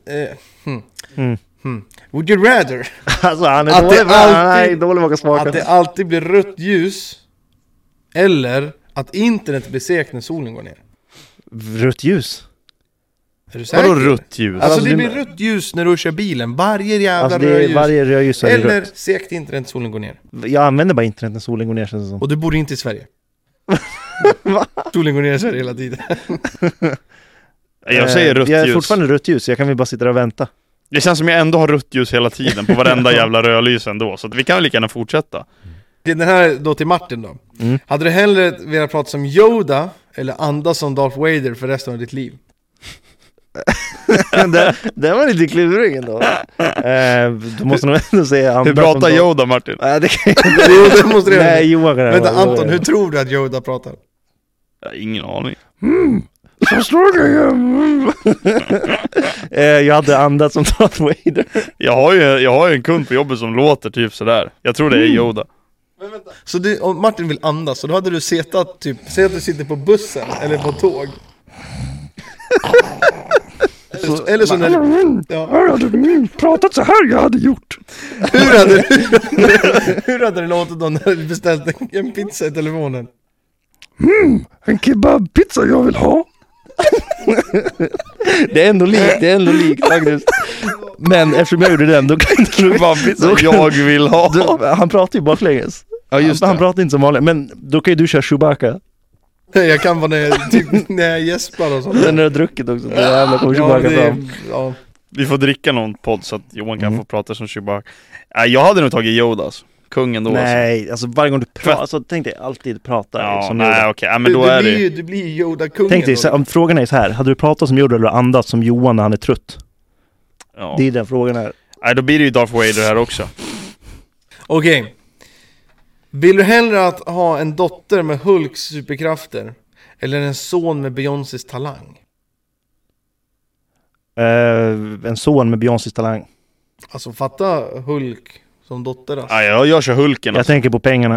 would you rather? Alltså han är dålig att smaka. Att det alltid blir rött ljus eller att internet blir sekt när solen går ner. Rött ljus? Är du säker? Vadå rött ljus? Alltså det blir rött ljus när du kör bilen. Varje jävla rödljus. Varje rödljus är eller rött. sekt internet när solen går ner. Jag använder bara internet när solen går ner, känns det som. Och du bor inte i Sverige. Solen går ner i Sverige hela tiden. Jag säger rött ljus. Jag är fortfarande rött ljus, jag kan väl bara sitta där och vänta. Det känns som jag ändå har rött ljus hela tiden på varenda jävla rödljus ändå. Så att vi kan väl lika gärna fortsätta. Den här då till Martin då. Hade du hellre velat prata som Yoda eller andas som Darth Vader för resten av ditt liv? det var lite klurig ändå. Du måste nog ändå säga hur pratar Yoda, Martin? Det måste det. Nej, Johan. Vänta, Anton, hur tror du att Yoda pratar? Jag har ingen aning. Så slår jag hade andats som Darth Vader. Jag har ju en kund på jobbet som låter typ sådär. Jag tror det är Yoda. Men vänta. Så om Martin vill andas, så då hade du setat typ, säg att du sitter på bussen eller på tåg. eller så när hade du pratat så här jag hade gjort. Hur hade det låtit då när du beställt en pizza i telefonen? En kebabpizza jag vill ha. Det är ändå likt faktiskt. Men eftersom jag gjorde den, då kan kebabpizza jag vill ha. Han pratar ju baklänges. Ja, just han pratar inte som vanligt. Men då kan ju du köra Chewbacca. Jag kan vara när jag gäspar och sånt. Men när du har druckit också, då jävlar kommer Chewbacca fram. Ja. Vi får dricka någon podd så att Johan kan få prata som Chewbacca. Jag hade nog tagit Yodas. Kungen då. Nej, alltså varje gång du pratar, alltså tänk dig alltid prata som Yoda. Okej. Ja, men då är det. Du blir Yoda-kungen. Tänk dig, om frågan är så här, hade du pratat som Yoda eller andats som Johan när han är trött? Ja. Det är den frågan här. Nej, då blir det ju Darth Vader här också. Okej. Vill du hellre att ha en dotter med Hulks superkrafter eller en son med Beyoncés talang? En son med Beyoncés talang. Alltså fatta Hulk som dotter alltså. Ja, jag kör Hulken. Jag tänker på pengarna.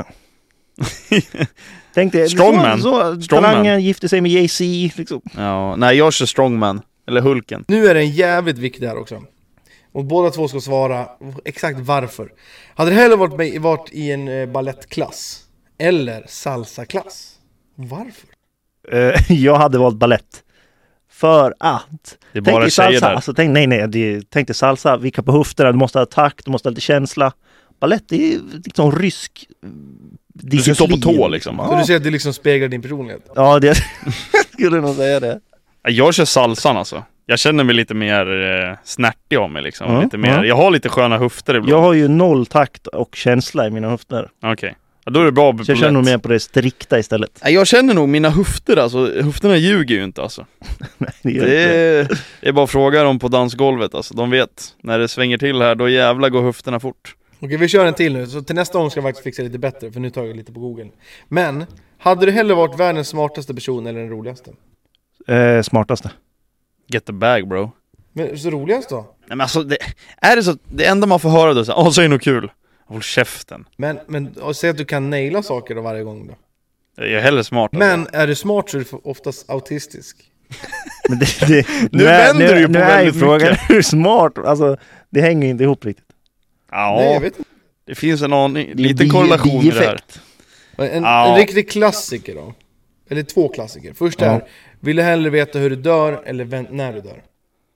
Tänk dig, Strongman. Talangen gifte sig med Jay-Z liksom. Ja, nej, jag kör Strongman eller Hulken. Nu är det en jävligt viktig här också. Och båda två ska svara exakt varför. Hade det hellre varit i en ballettklass eller salsa-klass? Varför? Jag hade valt ballett. För att... Det är bara tänk tjejer salsa. där. Alltså, tänk dig salsa, vicka på höfterna, du måste ha takt, du måste ha lite känsla. Ballett är liksom rysk... Du ska stå på tå liksom. Så du säger att det liksom speglar din personlighet? Ja, det skulle nog säga det. Jag kör salsan alltså. Jag känner mig lite mer snärtig av mig liksom. Lite mer. Jag har lite sköna höfter ibland. Jag har ju 0 takt och känsla i mina höfter. Okej. Ja, då är det bra. Så jag känner nog mer på det strikta istället. Jag känner nog mina höfter alltså. Höfterna ljuger ju inte alltså. Nej, Det är bara att fråga dem på dansgolvet alltså. De vet. När det svänger till här, då jävla går höfterna fort. Okej, vi kör en till nu. Så till nästa gång ska jag faktiskt fixa lite bättre. För nu tar jag lite på Google. Men, hade du hellre varit världens smartaste person eller den roligaste? Smartaste. Get the bag bro. Men så roligast då? Nej men alltså, är det så det enda man får höra då så säg något kul. Håll käften. Men säg att du kan naila saker då varje gång då. Jag är hellre smart. Men är du smart så är du oftast autistisk. Men Nu vänder du ju på nu är väldigt frågan mycket. hur smart, alltså det hänger inte ihop riktigt. Ja, Nej, jag vet inte. det finns en aning, Det är liten korrelation i det här. En riktig klassiker då. Eller 2 klassiker. Först är, vill du hellre veta hur du dör eller när du dör?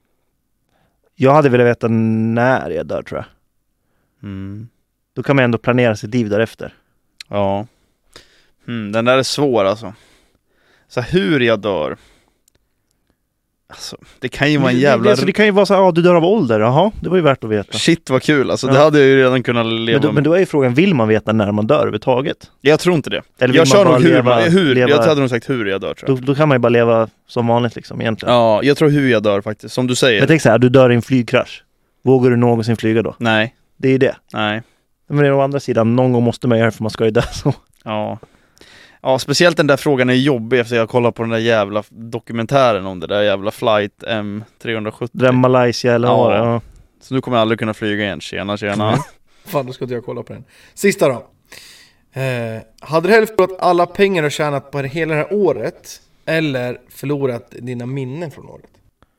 Jag hade velat veta när jag dör, tror jag. Då kan man ändå planera sitt liv därefter. Ja. Den där är svår alltså. Så hur jag dör. Alltså, det kan ju vara en jävla... Det kan ju vara så här, du dör av ålder. Jaha, det var ju värt att veta. Shit vad kul, alltså det hade jag ju redan kunnat leva med. Men då är ju frågan, vill man veta när man dör överhuvudtaget? Jag tror inte det. Eller Jag vill kör man nog bara hur. leva... Jag hade nog sagt hur jag dör, tror jag. Då kan man ju bara leva som vanligt liksom, egentligen. Ja, jag tror hur jag dör faktiskt, som du säger. Men tänk så här, du dör i en flygkrasch. Vågar du någonsin flyga då? Nej. Det är ju det. Nej. Men å andra sidan, någon gång måste man göra det för man ska ju dö så. Ja, speciellt den där frågan är jobbig efter jag kollar på den där jävla dokumentären om det där jävla flight M370. Det Malaysia eller vad det är. Så nu kommer jag aldrig kunna flyga igen. Tjena. Fan, då ska inte jag kolla på den. Sista då. Hade du hellre förlorat alla pengar du tjänat på hela det här året eller förlorat dina minnen från året?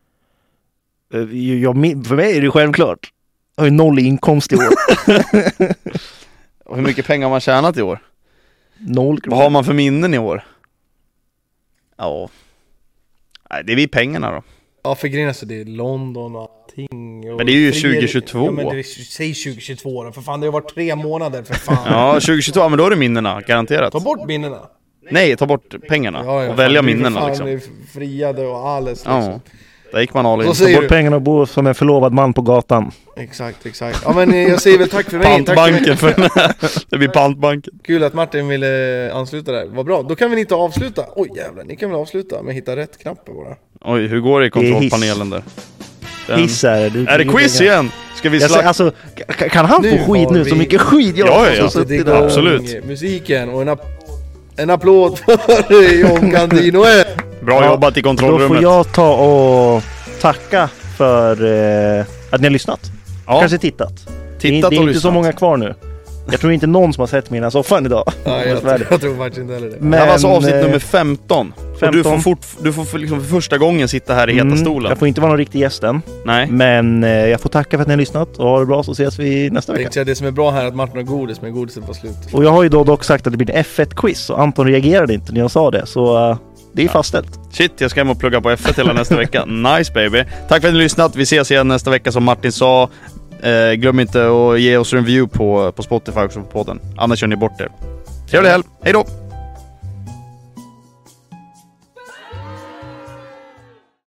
För mig är det självklart. Jag har ju 0 inkomst i år. Och hur mycket pengar har man tjänat i år? 0 kronor. Vad har man för minnen i år? Ja. Nej, det är vi pengarna då. Ja, för grejen är så det är London och allting. Och men det är ju 2022. Ja, men säg 2022 då. För fan, det har varit 3 månader för fan. Ja, 2022, men då är det minnena, garanterat. Ta bort minnena. Nej, ta bort pengarna och välja minnena liksom. Det är friade och alles liksom. Ja, där gick man all in. Ta bort pengarna och bo som en förlovad man på gatan. Exakt. Ja, men jag säger väl tack för mig. Pantbanken för det blir pantbanken. Kul att Martin ville ansluta där. Vad bra. Då kan vi inte avsluta. Oj jävlar, ni kan väl avsluta med att hitta rätt knappar bara. Oj, hur går det i kontrollpanelen där? Hiss är det. Är det quiz igen? Ska vi alltså, kan han få skit nu? Så mycket skit ja. Absolut. Musiken och en applåd för John Candino. Bra jobbat i kontrollrummet. Då får jag ta och tacka för att ni har lyssnat. Kanske tittat. Det är inte så många kvar nu. Jag tror inte någon som har sett mina soffan idag. Nej, jag tror faktiskt inte heller det. Men, det var alltså avsnitt nummer 15. Och du får liksom för första gången sitta här i heta stolen. Jag får inte vara någon riktig gäst än. Nej. Men jag får tacka för att ni har lyssnat. Och ha det bra, så ses vi nästa vecka. Det som är bra här är att Martin har godis, men godiset var slut. Och jag har ju dock sagt att det blir en F1-quiz. Och Anton reagerade inte när jag sa det. Så det är fastställt. Shit, jag ska hem och plugga på F1 hela nästa vecka. Nice baby. Tack för att ni har lyssnat. Vi ses igen nästa vecka som Martin sa. Glöm inte att ge oss en review på Spotify också på podden. Annars kör ni bort er. Trevlig helg. Hej då!